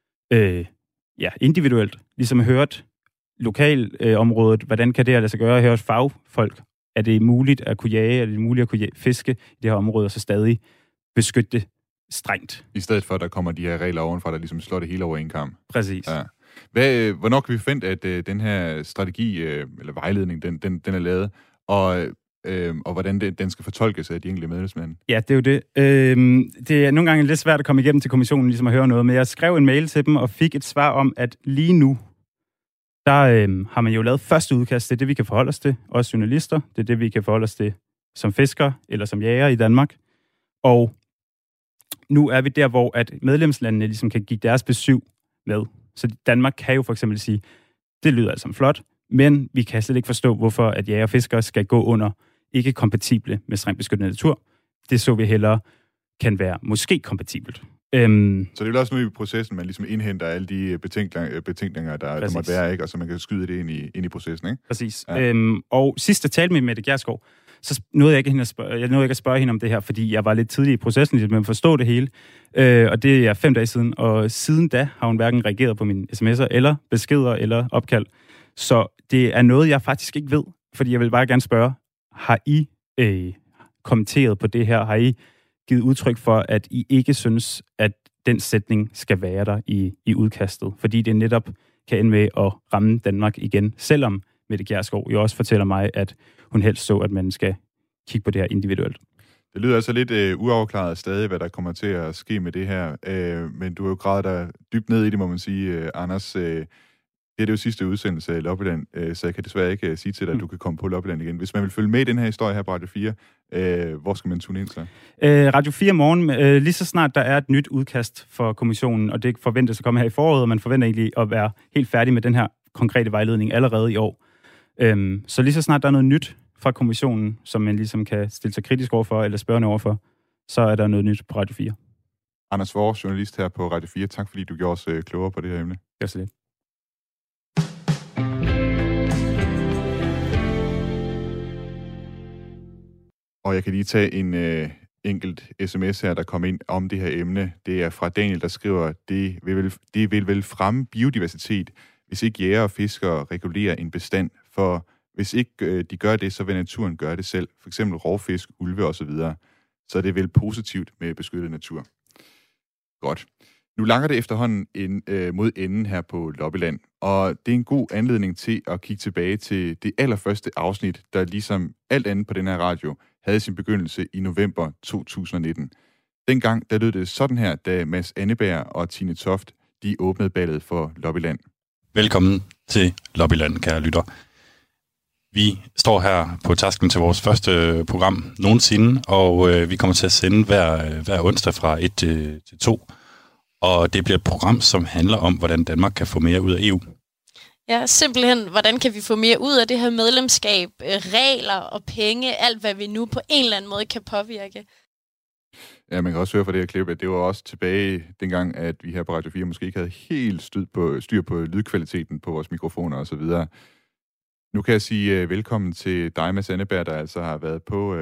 Speaker 7: individuelt. Ligesom hørt lokalområdet, hvordan kan det her lade sig gøre? Hørt fagfolk. Er det muligt at kunne jage? Er det muligt at kunne fiske i det her område, og så stadig beskytte det strengt?
Speaker 1: I stedet for, at der kommer de her regler ovenfra, der ligesom slår det hele over en kam.
Speaker 7: Præcis.
Speaker 1: Ja. Hvornår kan vi forvente, at den her strategi, eller vejledning, den er lavet, og hvordan den skal fortolkes af de enkelte medlemsmænd? Ja, det er jo det. Det er nogle gange lidt svært at komme igennem til kommissionen, ligesom at høre noget, men jeg skrev en mail til dem og fik et svar om, at lige nu, der har man jo lavet første udkast. Det er det, vi kan forholde os til, også journalister. Det er det, vi kan forholde os til som fisker eller som jæger i Danmark. Og nu er vi der, hvor at medlemslandene ligesom kan give deres besøg med. Så Danmark kan jo for eksempel sige, det lyder altså flot, men vi kan slet ikke forstå, hvorfor at jæger og fiskere skal gå under ikke kompatible med strengt beskyttet natur. Det så vi hellere kan være måske kompatibelt. Så det er jo også nu i processen, man ligesom indhenter alle de betænkninger, der måtte være, ikke? Og så man kan skyde det ind i processen, ikke?
Speaker 7: Præcis. Ja. Og sidst jeg talte med Mette Gjerskov, så nåede jeg ikke at spørge hende om det her, fordi jeg var lidt tidlig i processen med at forstå det hele. Og det er 5 dage siden, og siden da har hun hverken reageret på mine sms'er, eller beskeder, eller opkald. Så det er noget, jeg faktisk ikke ved, fordi jeg vil bare gerne spørge, har I kommenteret på det her? Har I givet udtryk for, at I ikke synes, at den sætning skal være der i udkastet? Fordi det netop kan ende med at ramme Danmark igen, selvom Mette Gjerskov jo også fortæller mig, at hun helst så, at man skal kigge på det her individuelt.
Speaker 1: Det lyder altså lidt uafklaret stadig, hvad der kommer til at ske med det her. Men du har jo gravet dig dybt ned i det, må man sige, Anders. Det er jo sidste udsendelse af Lobbyland, så jeg kan desværre ikke sige til dig, at du kan komme på Lobbyland igen. Hvis man vil følge med i den her historie her på Radio 4, hvor skal man tune ind så?
Speaker 7: Radio 4 morgen, lige så snart der er et nyt udkast for kommissionen, og det forventes at komme her i foråret, og man forventer egentlig at være helt færdig med den her konkrete vejledning allerede i år. Så lige så snart der er noget nyt fra kommissionen, som man ligesom kan stille sig kritisk overfor, eller spørgende overfor, så er der noget nyt på Radio 4.
Speaker 1: Anders Vore, journalist her på Radio 4. Tak fordi du gjorde os klogere på det her emne.
Speaker 7: Ja, så lidt.
Speaker 1: Og jeg kan lige tage en enkelt sms her, der kom ind om det her emne. Det er fra Daniel, der skriver, det vil vel fremme biodiversitet, hvis ikke jæger og fiskere regulerer en bestand. For hvis ikke de gør det, så vil naturen gøre det selv. For eksempel rovfisk, ulve osv. Så er det vel positivt med beskyttet natur. Godt. Nu langer det efterhånden mod enden her på Lobbyland, og det er en god anledning til at kigge tilbage til det allerførste afsnit, der ligesom alt andet på den her radio havde sin begyndelse i november 2019. Dengang der lød det sådan her, da Mads Anneberg og Tine Toft de åbnede ballet for Lobbyland.
Speaker 3: Velkommen til Lobbyland, kære lytter. Vi står her på tasken til vores første program nogensinde, og vi kommer til at sende hver onsdag fra 1 til 2. Og det bliver et program, som handler om, hvordan Danmark kan få mere ud af EU.
Speaker 9: Ja, simpelthen, hvordan kan vi få mere ud af det her medlemskab, regler og penge, alt hvad vi nu på en eller anden måde kan påvirke.
Speaker 1: Ja, man kan også høre fra det her klip, at det var også tilbage dengang, at vi her på Radio 4 måske ikke havde helt styr på lydkvaliteten på vores mikrofoner og så videre. Nu kan jeg sige velkommen til dig, Mads Anneberg, der altså har været på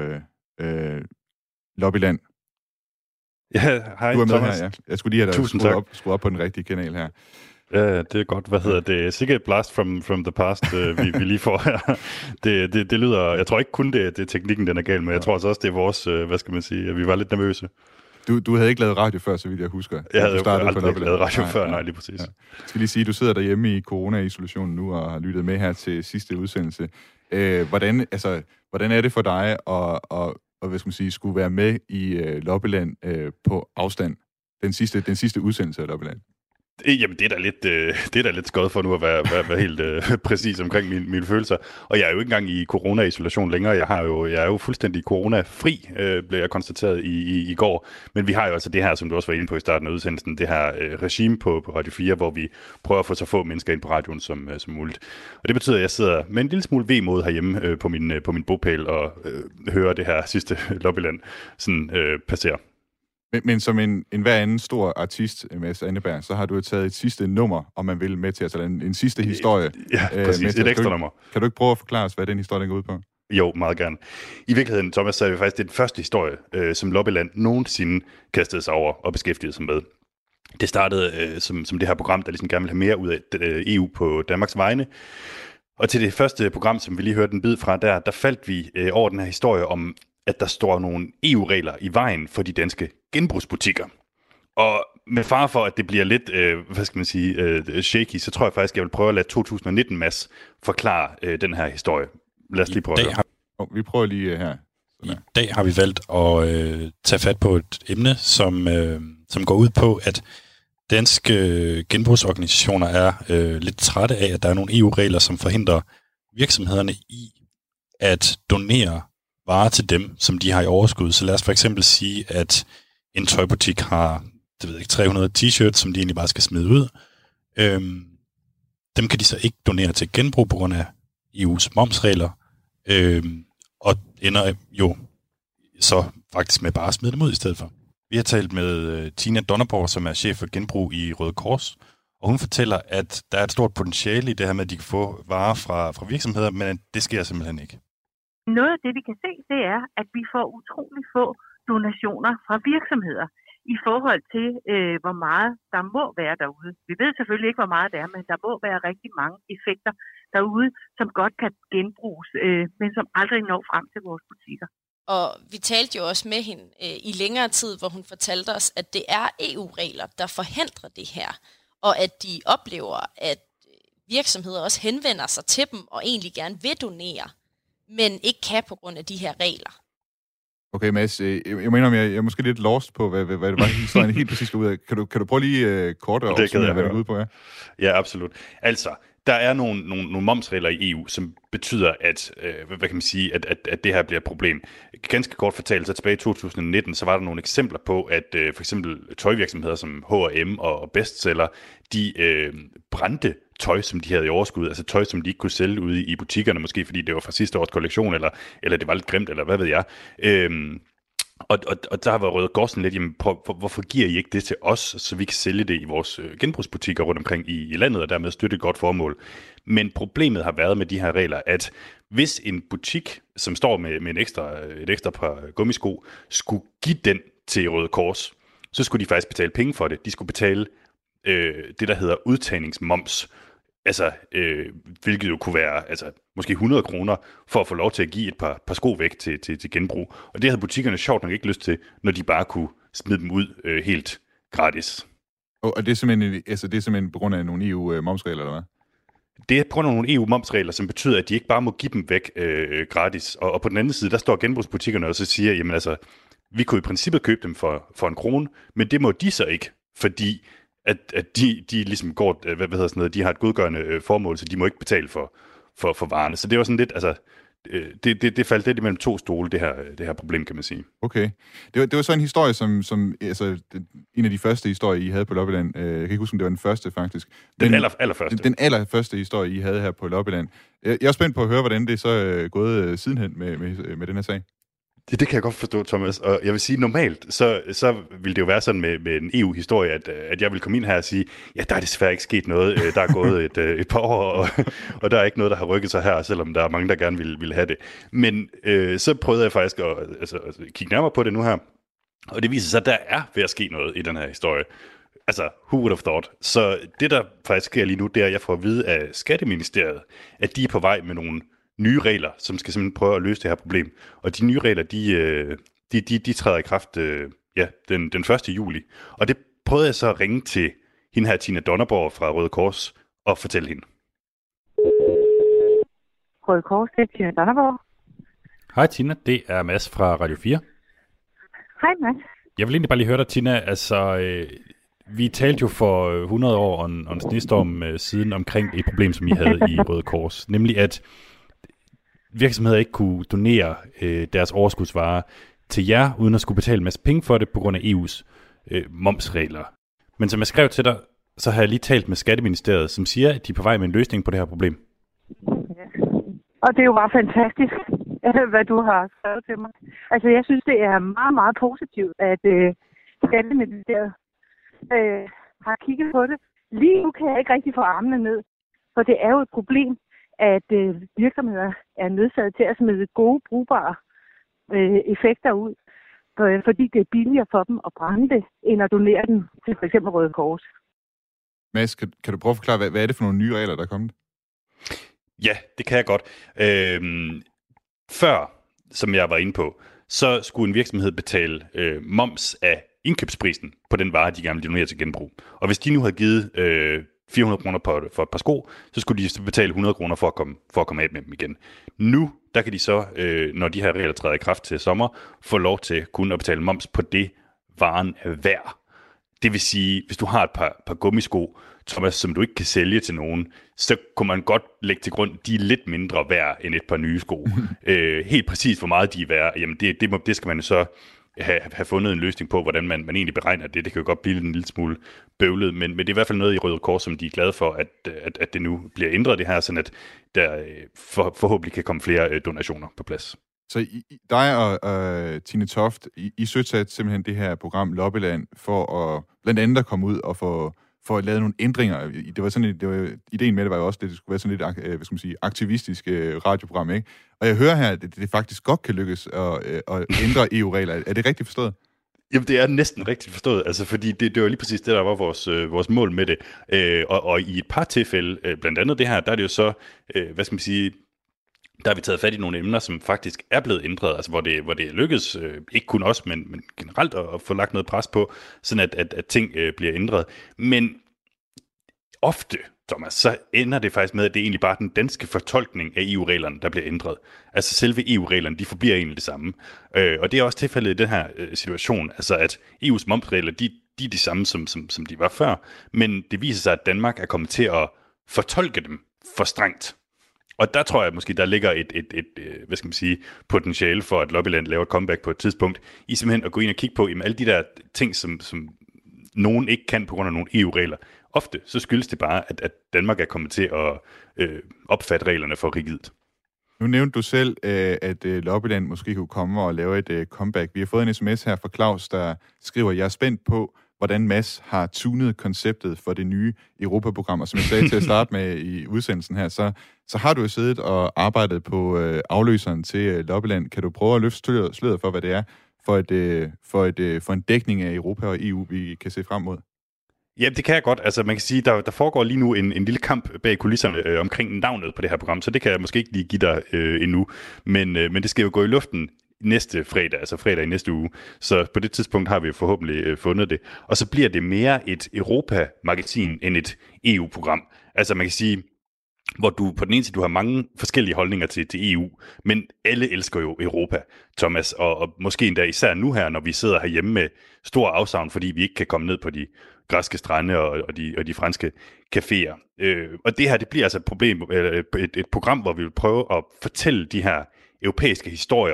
Speaker 1: Lobbyland.
Speaker 3: Ja, hej
Speaker 1: du er med
Speaker 3: Thomas.
Speaker 1: her, ja. Jeg skulle lige have skruet op på den rigtige kanal her.
Speaker 3: Ja, det er godt. Hvad hedder det? Sikkert blast from the past, vi lige får her. Det lyder... Jeg tror ikke kun det er teknikken, den er gal med. Jeg tror også, det er vores... hvad skal man sige? Vi var lidt nervøse.
Speaker 1: Du havde ikke lavet radio før, så vidt jeg husker.
Speaker 3: Jeg havde aldrig lavet radio før, nej, lige præcis. Ja.
Speaker 1: Jeg skal lige sige, at du sidder derhjemme i corona-isolationen nu og har lyttet med her til sidste udsendelse. Hvordan er det for dig at hvad skal man sige, skulle være med i Lobbyland på afstand? Den sidste udsendelse af Lobbyland.
Speaker 3: Jamen, det er da lidt skødt for nu at være helt præcis omkring mine følelser. Og jeg er jo ikke engang i corona-isolation længere. Jeg er jo fuldstændig corona-fri, blev jeg konstateret i går. Men vi har jo altså det her, som du også var inde på i starten af udsendelsen, det her regime på Radio 4, hvor vi prøver at få så få mennesker ind på radioen som muligt. Og det betyder, at jeg sidder med en lille smule vemod herhjemme på min bopæl og hører det her sidste Lobbyland sådan passere.
Speaker 1: Men som en hver anden stor artist, Mads Anneberg, så har du jo taget et sidste nummer, om man vil, med til, altså en sidste historie.
Speaker 3: Ja, præcis. Et ekstra nummer.
Speaker 1: Kan du ikke prøve at forklare os, hvad den historie går ud på?
Speaker 3: Jo, meget gerne. I virkeligheden, Thomas, så er det faktisk den første historie, som Lobbyland nogensinde kastede sig over og beskæftigede sig med. Det startede som det her program, der ligesom gerne vil have mere ud af EU på Danmarks vegne. Og til det første program, som vi lige hørte en bid fra der faldt vi over den her historie om, at der står nogle EU-regler i vejen for de danske genbrugsbutikker. Og med fare for, at det bliver lidt, shaky, så tror jeg faktisk, jeg vil prøve at lade 2019 Mads forklare den her historie. Lad os lige prøve det.
Speaker 1: Vi prøver lige her.
Speaker 3: I dag har vi valgt at tage fat på et emne, som går ud på, at danske genbrugsorganisationer er lidt trætte af, at der er nogle EU-regler, som forhindrer virksomhederne i at donere varer til dem, som de har i overskud. Så lad os for eksempel sige, at en tøjbutik har 300 t-shirts, som de egentlig bare skal smide ud. Dem kan de så ikke donere til genbrug på grund af EU's momsregler, og ender jo så faktisk med bare at smide dem ud i stedet for. Vi har talt med Tina Donnerborg, som er chef for genbrug i Røde Kors, og hun fortæller, at der er et stort potentiale i det her med, at de kan få varer fra virksomheder, men det sker simpelthen ikke.
Speaker 10: Noget af det, vi kan se, det er, at vi får utrolig få donationer fra virksomheder i forhold til, hvor meget der må være derude. Vi ved selvfølgelig ikke, hvor meget det er, men der må være rigtig mange effekter derude, som godt kan genbruges, men som aldrig når frem til vores butikker.
Speaker 9: Og vi talte jo også med hende i længere tid, hvor hun fortalte os, at det er EU-regler, der forhindrer det her, og at de oplever, at virksomheder også henvender sig til dem og egentlig gerne vil donere, men ikke kan på grund af de her regler.
Speaker 1: Okay, Mads, jeg mener, jeg er måske lidt lost på, hvad det var, historien helt præcis ud af. Kan du prøve lige kort at opsummere, hvad det er ude på? Ja?
Speaker 3: Ja, absolut. Altså, der er nogle momsregler i EU, som betyder, at, at det her bliver et problem. Ganske kort fortalt, så tilbage i 2019, så var der nogle eksempler på, at for eksempel tøjvirksomheder som H&M og Bestseller, de brændte tøj, som de havde i overskud, altså tøj, som de ikke kunne sælge ude i butikkerne, måske fordi det var fra sidste års kollektion, eller det var lidt grimt, eller hvad ved jeg. Og der har været Røde Kors lidt, jamen, hvorfor giver I ikke det til os, så vi kan sælge det i vores genbrugsbutikker rundt omkring i landet, og dermed støtte et godt formål. Men problemet har været med de her regler, at hvis en butik, som står med et ekstra par gummisko, skulle give den til Røde Kors, så skulle de faktisk betale penge for det. De skulle betale det, der hedder udtagningsmoms, altså, hvilket jo kunne være måske 100 kroner for at få lov til at give et par sko væk til genbrug. Og det havde butikkerne sjovt nok ikke lyst til, når de bare kunne smide dem ud helt gratis.
Speaker 1: Og det er simpelthen på grund af nogle EU-momsregler, eller hvad?
Speaker 3: Det er på grund af nogle EU-momsregler, som betyder, at de ikke bare må give dem væk gratis. Og på den anden side, der står genbrugsbutikkerne og så siger, jamen altså, vi kunne i princippet købe dem for 1 krone, men det må de så ikke, fordi at de ligesom går, de har et godgørende formål, så de må ikke betale for for varerne. Så det var sådan lidt, altså, det faldt lidt imellem to stole, det her problem, kan man sige.
Speaker 1: Okay. Det var så en historie, som altså, en af de første historier, I havde på Lobbyland. Jeg kan ikke huske, om det var den første, faktisk.
Speaker 3: Den allerførste.
Speaker 1: Den allerførste historie, I havde her på Lobbyland. Jeg er spændt på at høre, hvordan det så er gået sidenhen med den her sag.
Speaker 3: Det kan jeg godt forstå, Thomas. Og jeg vil sige, normalt, så vil det jo være sådan med en EU-historie, at jeg vil komme ind her og sige, ja, der er desværre ikke sket noget. Der er gået et par år, og der er ikke noget, der har rykket sig her, selvom der er mange, der gerne vil have det. Men så prøvede jeg faktisk at kigge nærmere på det nu her, og det viser sig, at der er ved at ske noget i den her historie. Altså, who would have thought? Så det, der faktisk sker lige nu, det er, at jeg får at vide af Skatteministeriet, at de er på vej med nogle nye regler, som skal simpelthen prøve at løse det her problem. Og de nye regler, de træder i kraft den 1. juli. Og det prøvede jeg så at ringe til hende her, Tina Donnerborg fra Røde Kors, og fortælle hende.
Speaker 10: Røde Kors, det er Tina Donnerborg.
Speaker 3: Hej Tina, det er Mads fra Radio 4.
Speaker 10: Hej Mads.
Speaker 3: Jeg vil egentlig bare lige høre dig, Tina. Altså, vi talte jo for 100 år og en snestorm siden omkring et problem, som I havde i Røde Kors. Nemlig at virksomheder ikke kunne donere deres overskudsvarer til jer, uden at skulle betale en masse penge for det på grund af EU's momsregler. Men som jeg skrev til dig, så har jeg lige talt med Skatteministeriet, som siger, at de er på vej med en løsning på det her problem.
Speaker 10: Ja. Og det er jo bare fantastisk, hvad du har skrevet til mig. Altså, jeg synes, det er meget, meget positivt, at Skatteministeriet har kigget på det. Lige nu kan jeg ikke rigtig få armene ned, for det er jo et problem, at virksomheder er nødsaget til at smide gode, brugbare effekter ud, fordi det er billigere for dem at brænde det, end at donere den til f.eks. Røde Kors.
Speaker 1: Mads, kan du prøve at forklare, hvad er det for nogle nye regler, der er kommet?
Speaker 3: Ja, det kan jeg godt. Før, som jeg var inde på, så skulle en virksomhed betale moms af indkøbsprisen på den vare, de gerne vil donere til genbrug. Og hvis de nu havde givet 400 kroner for et par sko, så skulle de betale 100 kroner for at komme af med dem igen. Nu, der kan de så, når de her regler træder i kraft til sommer, få lov til kun at betale moms på det, varen er værd. Det vil sige, hvis du har et par gummisko, Thomas, som du ikke kan sælge til nogen, så kunne man godt lægge til grund, de er lidt mindre værd end et par nye sko. Helt præcis, hvor meget de er værd, jamen det skal man jo så have fundet en løsning på, hvordan man egentlig beregner det. Det kan jo godt blive en lille smule bøvlet, men det er i hvert fald noget i Røde Kors, som de er glade for, at det nu bliver ændret det her, sådan at der forhåbentlig kan komme flere donationer på plads.
Speaker 1: Så dig og Tine Toft, I søgte simpelthen det her program Lobbyland for at blandt andet at komme ud og få lavet nogle ændringer. Det var ideen med det var jo også, at det skulle være sådan lidt aktivistisk radioprogram, ikke? Og jeg hører her, at det faktisk godt kan lykkes at ændre EU-regler. Er det rigtigt forstået?
Speaker 3: Jamen, det er næsten rigtigt forstået, altså, fordi det var lige præcis det, der var vores mål med det. Og i et par tilfælde, blandt andet det her, der er det jo så, der har vi taget fat i nogle emner, som faktisk er blevet ændret, altså hvor det er lykkedes, ikke kun os, men generelt at få lagt noget pres på, sådan at ting bliver ændret. Men ofte, Thomas, så ender det faktisk med, at det er egentlig bare den danske fortolkning af EU-reglerne, der bliver ændret. Altså selve EU-reglerne, de forbliver egentlig det samme. Og det er også tilfældet i den her situation, altså at EU's momsregler, de er de samme, som de var før, men det viser sig, at Danmark er kommet til at fortolke dem for strengt. Og der tror jeg måske, der ligger et potentiale for, at Lobbyland laver et comeback på et tidspunkt, i simpelthen at gå ind og kigge på alle de der ting, som nogen ikke kan på grund af nogle EU-regler. Ofte så skyldes det bare, at Danmark er kommet til at opfatte reglerne for rigidt.
Speaker 1: Nu nævnte du selv, at Lobbyland måske kunne komme og lave et comeback. Vi har fået en sms her fra Claus, der skriver, jeg er spændt på, hvordan Mads har tunet konceptet for det nye Europaprogram. Og som jeg sagde til at starte med i udsendelsen her, så har du jo siddet og arbejdet på afløseren til Lobbyland. Kan du prøve at løfte sløret for, hvad det er for en dækning af Europa og EU, vi kan se frem mod?
Speaker 3: Ja, det kan jeg godt. Altså, man kan sige, der foregår lige nu en lille kamp bag kulisserne omkring navnet på det her program, så det kan jeg måske ikke lige give dig endnu. Men det skal jo gå i luften næste fredag, altså fredag i næste uge. Så på det tidspunkt har vi forhåbentlig fundet det. Og så bliver det mere et Europa-magasin end et EU-program. Altså man kan sige, hvor du på den ene side du har mange forskellige holdninger til EU, men alle elsker jo Europa, Thomas, og måske endda især nu her, når vi sidder herhjemme med stor afsavn, fordi vi ikke kan komme ned på de græske strande og de franske caféer. Og det her, det bliver altså et program, hvor vi vil prøve at fortælle de her europæiske historier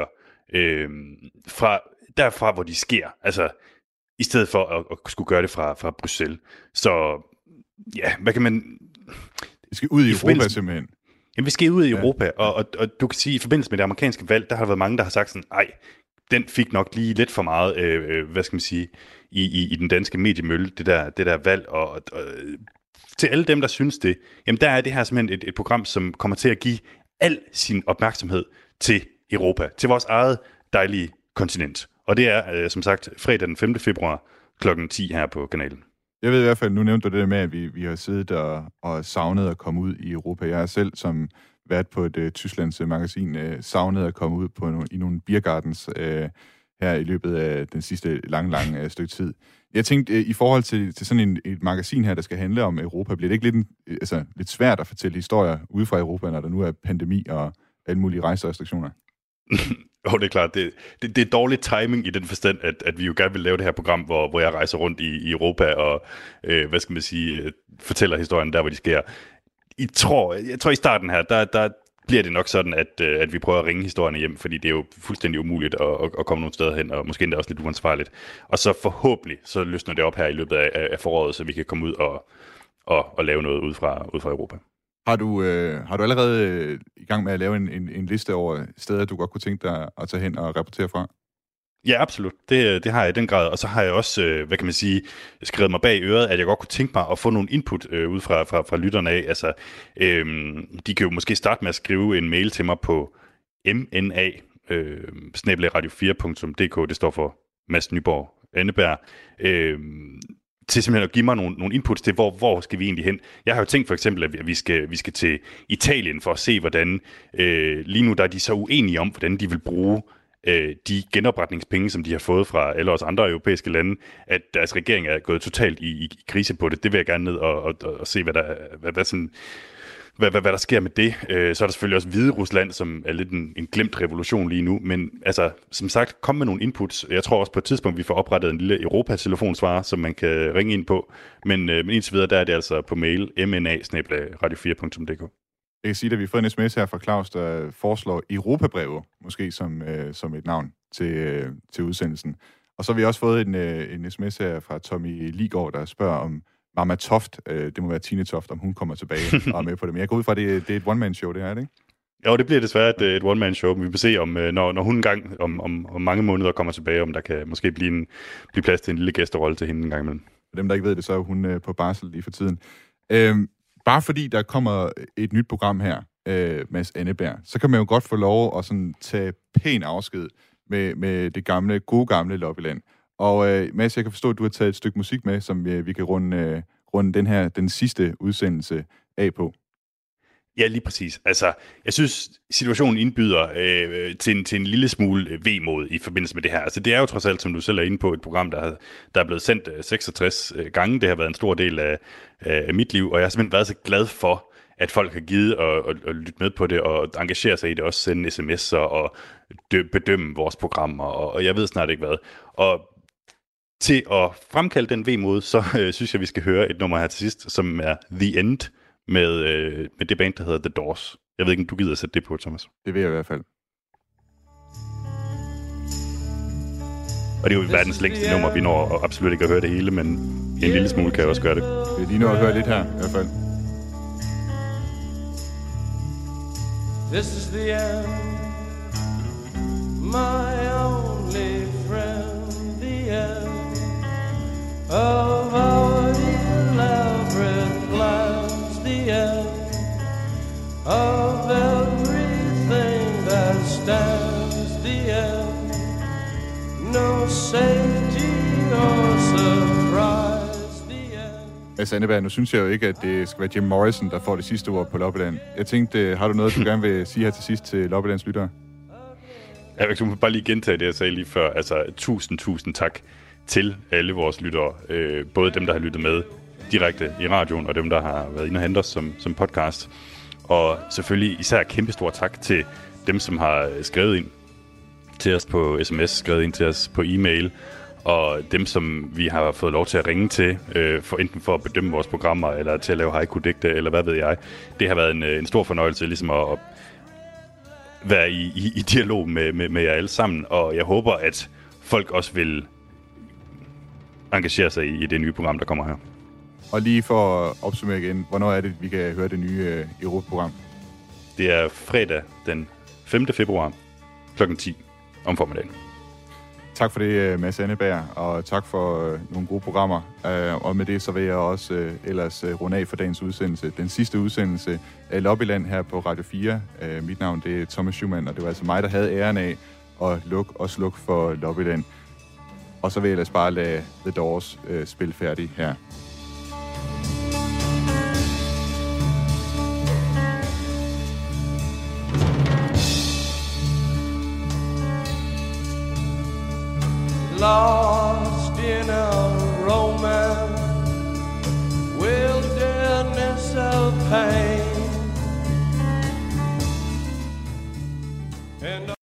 Speaker 3: fra derfra, hvor de sker, altså i stedet for at skulle gøre det fra Bruxelles. Så ja, hvad kan man...
Speaker 1: Vi skal ud i Europa simpelthen.
Speaker 3: Jamen, vi skal ud i Europa, og du kan sige, at i forbindelse med det amerikanske valg, der har der været mange, der har sagt sådan, ej, den fik nok lige lidt for meget, hvad skal man sige, i den danske mediemølle, det der valg, og til alle dem, der synes det, jamen der er det her simpelthen et program, som kommer til at give al sin opmærksomhed til Europa, til vores eget dejlige kontinent. Og det er, som sagt, fredag den 5. februar kl. 10 her på kanalen.
Speaker 1: Jeg ved i hvert fald, nu nævnte du det med, at vi har siddet og savnet at komme ud i Europa. Jeg har selv, som været på et Tysklands magasin, savnet at komme ud i nogle biergardens her i løbet af den sidste lange stykke tid. Jeg tænkte, i forhold til sådan et magasin her, der skal handle om Europa, bliver det ikke lidt svært at fortælle historier ude fra Europa, når der nu er pandemi og alle mulige rejserestriktioner?
Speaker 3: Det er klart. Det er dårlig timing i den forstand, at vi jo gerne vil lave det her program, hvor jeg rejser rundt i Europa og, hvad skal man sige, fortæller historien der, hvor de sker. Jeg tror i starten her, der bliver det nok sådan, at vi prøver at ringe historierne hjem, fordi det er jo fuldstændig umuligt at komme nogle steder hen, og måske endda også lidt uansvarligt. Og så forhåbentlig, så løsner det op her i løbet af foråret, så vi kan komme ud og lave noget ud fra Europa.
Speaker 1: Har du allerede i gang med at lave en liste over steder, du godt kunne tænke dig at tage hen og rapportere fra?
Speaker 3: Ja, absolut. Det har jeg i den grad. Og så har jeg også, hvad kan man sige, skrevet mig bag øret, at jeg godt kunne tænke mig at få nogle input ud fra lytterne af. Altså, de kan jo måske starte med at skrive en mail til mig på mna@radio4.dk. Det står for Mads Nyborg Anneberg. Til simpelthen at give mig nogle inputs til, hvor skal vi egentlig hen. Jeg har jo tænkt for eksempel, at vi skal til Italien for at se, hvordan lige nu der er de så uenige om, hvordan de vil bruge de genopretningspenge, som de har fået fra alle os andre europæiske lande, at deres regering er gået totalt i krise på det. Det vil jeg gerne ned og se, hvad der sker med det. Så er der selvfølgelig også Hviderusland, som er lidt en glemt revolution lige nu. Men altså, som sagt, kom med nogle inputs. Jeg tror også på et tidspunkt, vi får oprettet en lille Europa-telefonsvarer, som man kan ringe ind på. Men indtil videre, der er det altså på mail mna@radio4.dk.
Speaker 1: Jeg kan sige, at vi har fået en sms her fra Claus, der foreslår Europabreve, måske som et navn til udsendelsen. Og så har vi også fået en sms her fra Tommy Ligård, der spørger om Mama Toft, det må være Tine Toft, om hun kommer tilbage og er med på det. Men jeg går ud fra, at det er et one-man-show, det her, er det ikke?
Speaker 3: Jo, det bliver desværre et one-man-show, men vi vil se, om når hun engang om mange måneder kommer tilbage, om der kan måske blive plads til en lille gæsterolle til hende en gang imellem.
Speaker 1: For dem, der ikke ved det, så er hun på barsel lige for tiden. Bare fordi der kommer et nyt program her, Mads Anneberg, så kan man jo godt få lov at sådan tage pæn afsked med det gode gamle Lobbyland. Og Mads, jeg kan forstå, at du har taget et stykke musik med, som vi kan runde den sidste udsendelse af på.
Speaker 3: Ja, lige præcis. Altså, jeg synes, situationen indbyder til en lille smule vemod i forbindelse med det her. Altså, det er jo trods alt, som du selv er inde på, et program, der er blevet sendt 66 gange. Det har været en stor del af mit liv, og jeg har simpelthen været så glad for, at folk har givet at lytte med på det, og engagere sig i det, også sende sms'er og bedømme vores programmer, og jeg ved snart ikke hvad. Og til at fremkalde den vemod, så synes jeg, vi skal høre et nummer her til sidst, som er The End, med det band, der hedder The Doors. Jeg ved ikke, om du gider at sætte det på, Thomas.
Speaker 1: Det vil jeg i hvert fald.
Speaker 3: Og det er jo verdens længste nummer. Vi når absolut ikke at høre det hele, men en lille smule kan jeg også gøre det.
Speaker 1: Det er lige nu at høre lidt her, i hvert fald.
Speaker 11: This is the end, my only friend, the end of our elaborate plans, the end of everything that stands, the end, no safety or surprise, the end.
Speaker 1: Altså, Anneberg, nu synes jeg jo ikke, at det skal være Jim Morrison, der får det sidste ord på Lobbyland. Jeg tænkte, har du noget, du gerne vil sige her til sidst til Lobbylands lyttere?
Speaker 3: Jeg vil bare lige gentage det, jeg sagde lige før. Altså, tusind tak til alle vores lyttere. Både dem, der har lyttet med direkte i radioen, og dem, der har været inde og hentet os som podcast. Og selvfølgelig især kæmpestor tak til dem, som har skrevet ind til os på sms, skrevet ind til os på e-mail, og dem, som vi har fået lov til at ringe til, enten for at bedømme vores programmer, eller til at lave haiku-digte, eller hvad ved jeg. Det har været en stor fornøjelse ligesom at være i dialog med jer alle sammen, og jeg håber, at folk også vil engagere sig i det nye program, der kommer her.
Speaker 1: Og lige for at opsummere igen, hvornår er det, vi kan høre det nye Europa-program?
Speaker 3: Det er fredag den 5. februar kl. 10 om formiddagen.
Speaker 1: Tak for det, Mads Anneberg, og tak for nogle gode programmer. Og med det så vil jeg også ellers runde af for dagens udsendelse. Den sidste udsendelse af Lobbyland her på Radio 4. Mit navn det er Thomas Schumann, og det var altså mig, der havde æren af at lukke og slukke for Lobbyland. Og så vil jeg ellers bare lade The Doors spille færdig her.
Speaker 11: Lost in a